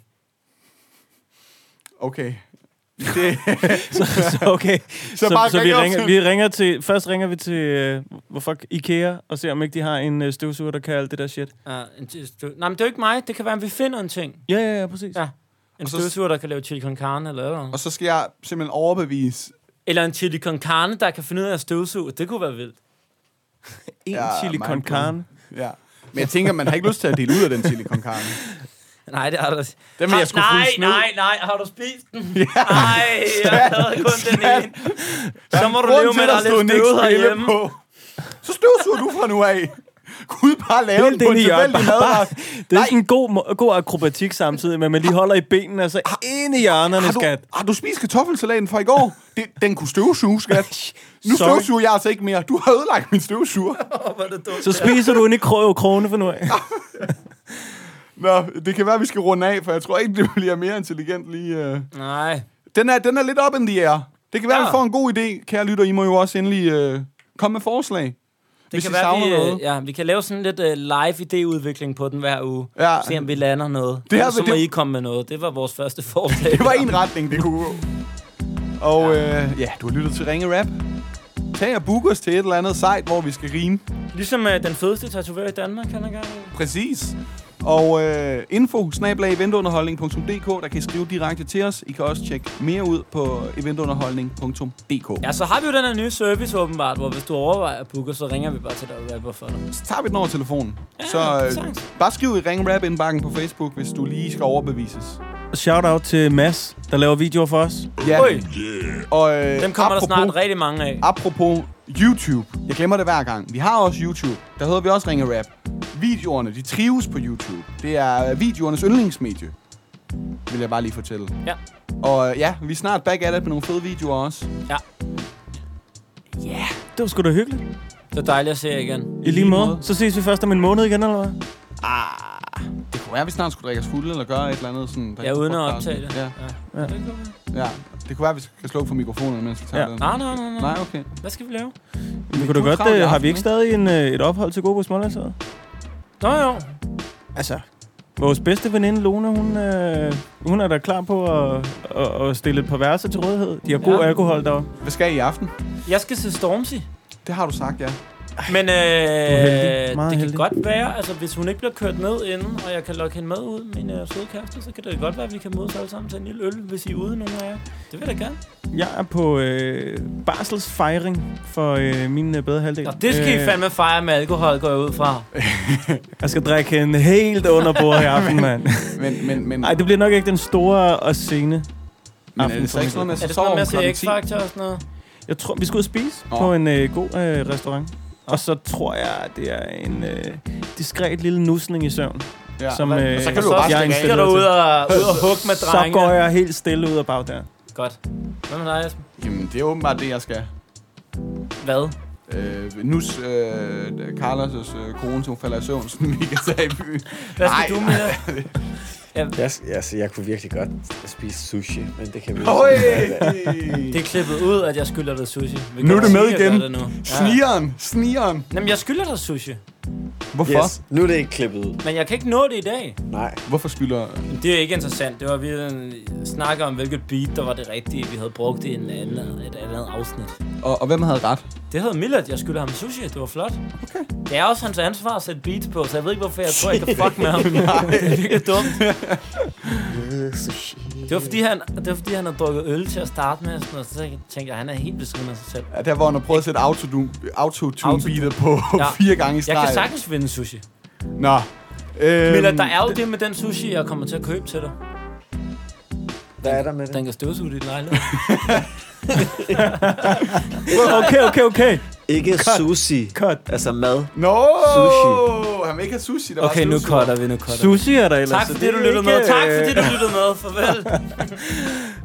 Okay. Det. så, så okay. Så, så, bare så vi, ringer, vi ringer til... Først ringer vi til uh, hvorfor IKEA, og ser om ikke de har en uh, støvsuger, der kan alt det der shit. Ja, en støv... Nej, men det er jo ikke mig. Det kan være, at vi finder en ting. Ja, ja, ja, præcis. Ja. En støvsuger, der kan lave chili con carne, eller hvad? Og så skal jeg simpelthen overbevise... Eller en chili con carne, der kan finde ud af at støvsuge. Det kunne være vildt. en ja, chili con carne. Ja. Men jeg tænker, man har ikke lyst til at dele ud af den chili con carne. Nej, det har du... Den vil jeg sgu nej, fryse ned. nej, nej. Har du spist den? Ja. Nej, jeg havde kun den ene. Så må du leve med, at der er lidt støv herhjemme. På. Så støvsuger du fra nu af. Gud, bare lave den på en tilfældig madret. Det er sådan en god, god akrobatik samtidig med, at man lige holder i benene, altså ind i hjørnerne, har du, skat. Har du spist kartoffelsalaten fra i går? Det, den kunne støvsuge, skat. Nu Sorry. støvsuger jeg altså ikke mere. Du har ødelagt min støvsuger. Så spiser du ind i krøv krone for nu af. Nå, det kan være, at vi skal runde af, for jeg tror ikke, det bliver mere intelligent lige... Uh... Nej. Den er, den er lidt up in the air. Det kan være, ja. at vi får en god idé. Kære lytter, I må jo også endelig uh, komme med forslag. Det hvis kan I være, vi, noget. ja, vi kan lave sådan lidt uh, live idéudvikling på den hver uge. Ja. Se om vi lander noget. Det her, så må det... I komme med noget. Det var vores første forslag. Det var en retning, det kunne gå. Og ja. Øh, ja, du har lyttet til Ringe Rap. Tag og book os til et eller andet site, hvor vi skal rime. Ligesom uh, den fedeste tatovør i Danmark, kan jeg gøre. Præcis. Og øh, info snabel-a eventunderholdning punktum d k, der kan I skrive direkte til os. I kan også tjekke mere ud på eventunderholdning punktum d k. Ja, så har vi jo den her nye service åbenbart, hvor hvis du overvejer at booke, så ringer vi bare til dig og rapper for dig. Så tager vi den over telefonen. Ja, så øh, bare skriv i Ring Rap indbakken på Facebook, hvis du lige skal overbevises. Shout out til Mads, der laver videoer for os. Ja. Yeah. Og, øh, dem kommer apropos, der snart rigtig mange af. Apropos YouTube. Jeg glemmer det hver gang. Vi har også YouTube. Der hedder vi også Ringe Rap. Videoerne, de trives på YouTube. Det er videoernes yndlingsmedie, vil jeg bare lige fortælle. Ja. Og ja, vi er snart back at it med nogle fede videoer også. Ja. Ja, yeah. Det var sgu da hyggeligt. Det er dejligt at se jer igen. I lige måde. Så ses vi først om en måned igen, eller hvad? Ah, det kunne være, at vi snart skulle drikke os fulde, eller gøre et eller andet sådan... Ja, uden at optage det. Ja. Ja. Ja. Ja. Det kunne være, at vi skal slukke for mikrofonen, mens vi tager ja. den. Nej, nej, nej, nej. Nej, okay. Hvad skal vi lave? Vi kunne da godt... Aften, har vi ikke stadig en, et ophold til gode på Smålandsøret? Nå jo. Altså, vores bedste veninde, Lone, hun, øh, hun er da klar på at, at, at stille et par værelser til rådighed. De har god ja. alkohol deroppe. Hvad skal I i aften? Jeg skal se Stormzy. Det har du sagt, ja. Men øh, det kan heldig. godt være, altså hvis hun ikke bliver kørt ned inden, og jeg kan lokke hende med ud, min øh, søde kæreste, så kan det godt være, at vi kan mødes alle sammen til en lille øl, hvis I er ude, nogle af jer. Det vil jeg da gerne. Jeg er på øh, barselsfejring for øh, min øh, bedre halvdel. Nå, det skal øh, I fandme fejre med alkohol, går jeg ud fra. Jeg skal drikke en helt under bord i aften, mand. men, men, men... Ej, det bliver nok ikke den store og scene. Men aften, er det så ikke sådan noget med, er det sådan noget med at se X-Factor og sådan noget? Jeg tror, vi skal ud og spise oh. på en øh, god øh, restaurant. Og så tror jeg, at det er en øh, diskret lille nusning i søvn. Ja. Som, øh, så kan du bare stikke af. Så ud og, ud og hugge med drenge. Så går jeg helt stille ud af bagdøren. Godt. Hvad med dig, Esben? Jamen, det er åbenbart det, jeg skal. Hvad? Øh, nus øh, Carlos' øh, kone, som falder i søvn, som vi kan tage i byen. Hvad skal du med? Jeg, altså, jeg kunne virkelig godt spise sushi, men det kan vi ikke. Det er klippet ud, at jeg skylder dig sushi. Vi nu er det med igen. Det nu. Ja. Snigeren, snigeren. Jamen, jeg skylder dig sushi. Hvorfor? Yes. Nu er det ikke klippet ud. Men jeg kan ikke nå det i dag. Nej. Hvorfor skylder... Det er ikke interessant. Det var, vi snakker om, hvilket beat, der var det rigtige, vi havde brugt i en anden, et andet afsnit. Og, og hvem havde ret? Det havde Millet. Jeg skylder ham sushi. Det var flot. Okay. Det er også hans ansvar at sætte beats på, så jeg ved ikke, hvorfor jeg tror, jeg kan fuck med ham. Det er virkelig dumt. uh, sushi. Det var, fordi han, det var fordi, han havde drukket øl til at starte med, og sådan noget, så tænkte jeg, at han er helt ved siden af sig selv. Ja, der hvor han har prøvet at sætte autotune-beatet på ja. fire gange i streg. Jeg kan sagtens vinde sushi. Nå. Øhm, Men der er jo det med den sushi, jeg kommer til at købe til dig. Hvad er der med det? Den kan støvsuge dit lejlighed. Okay, okay, okay. Ikke Cut. sushi. Cut. Altså mad. No! Sushi. Han vil ikke have sushi, der okay, var nu cutter vi, nu cutter Sushi er der ellers. Tak fordi du lyttede med. Tak fordi du lyttede med. Farvel.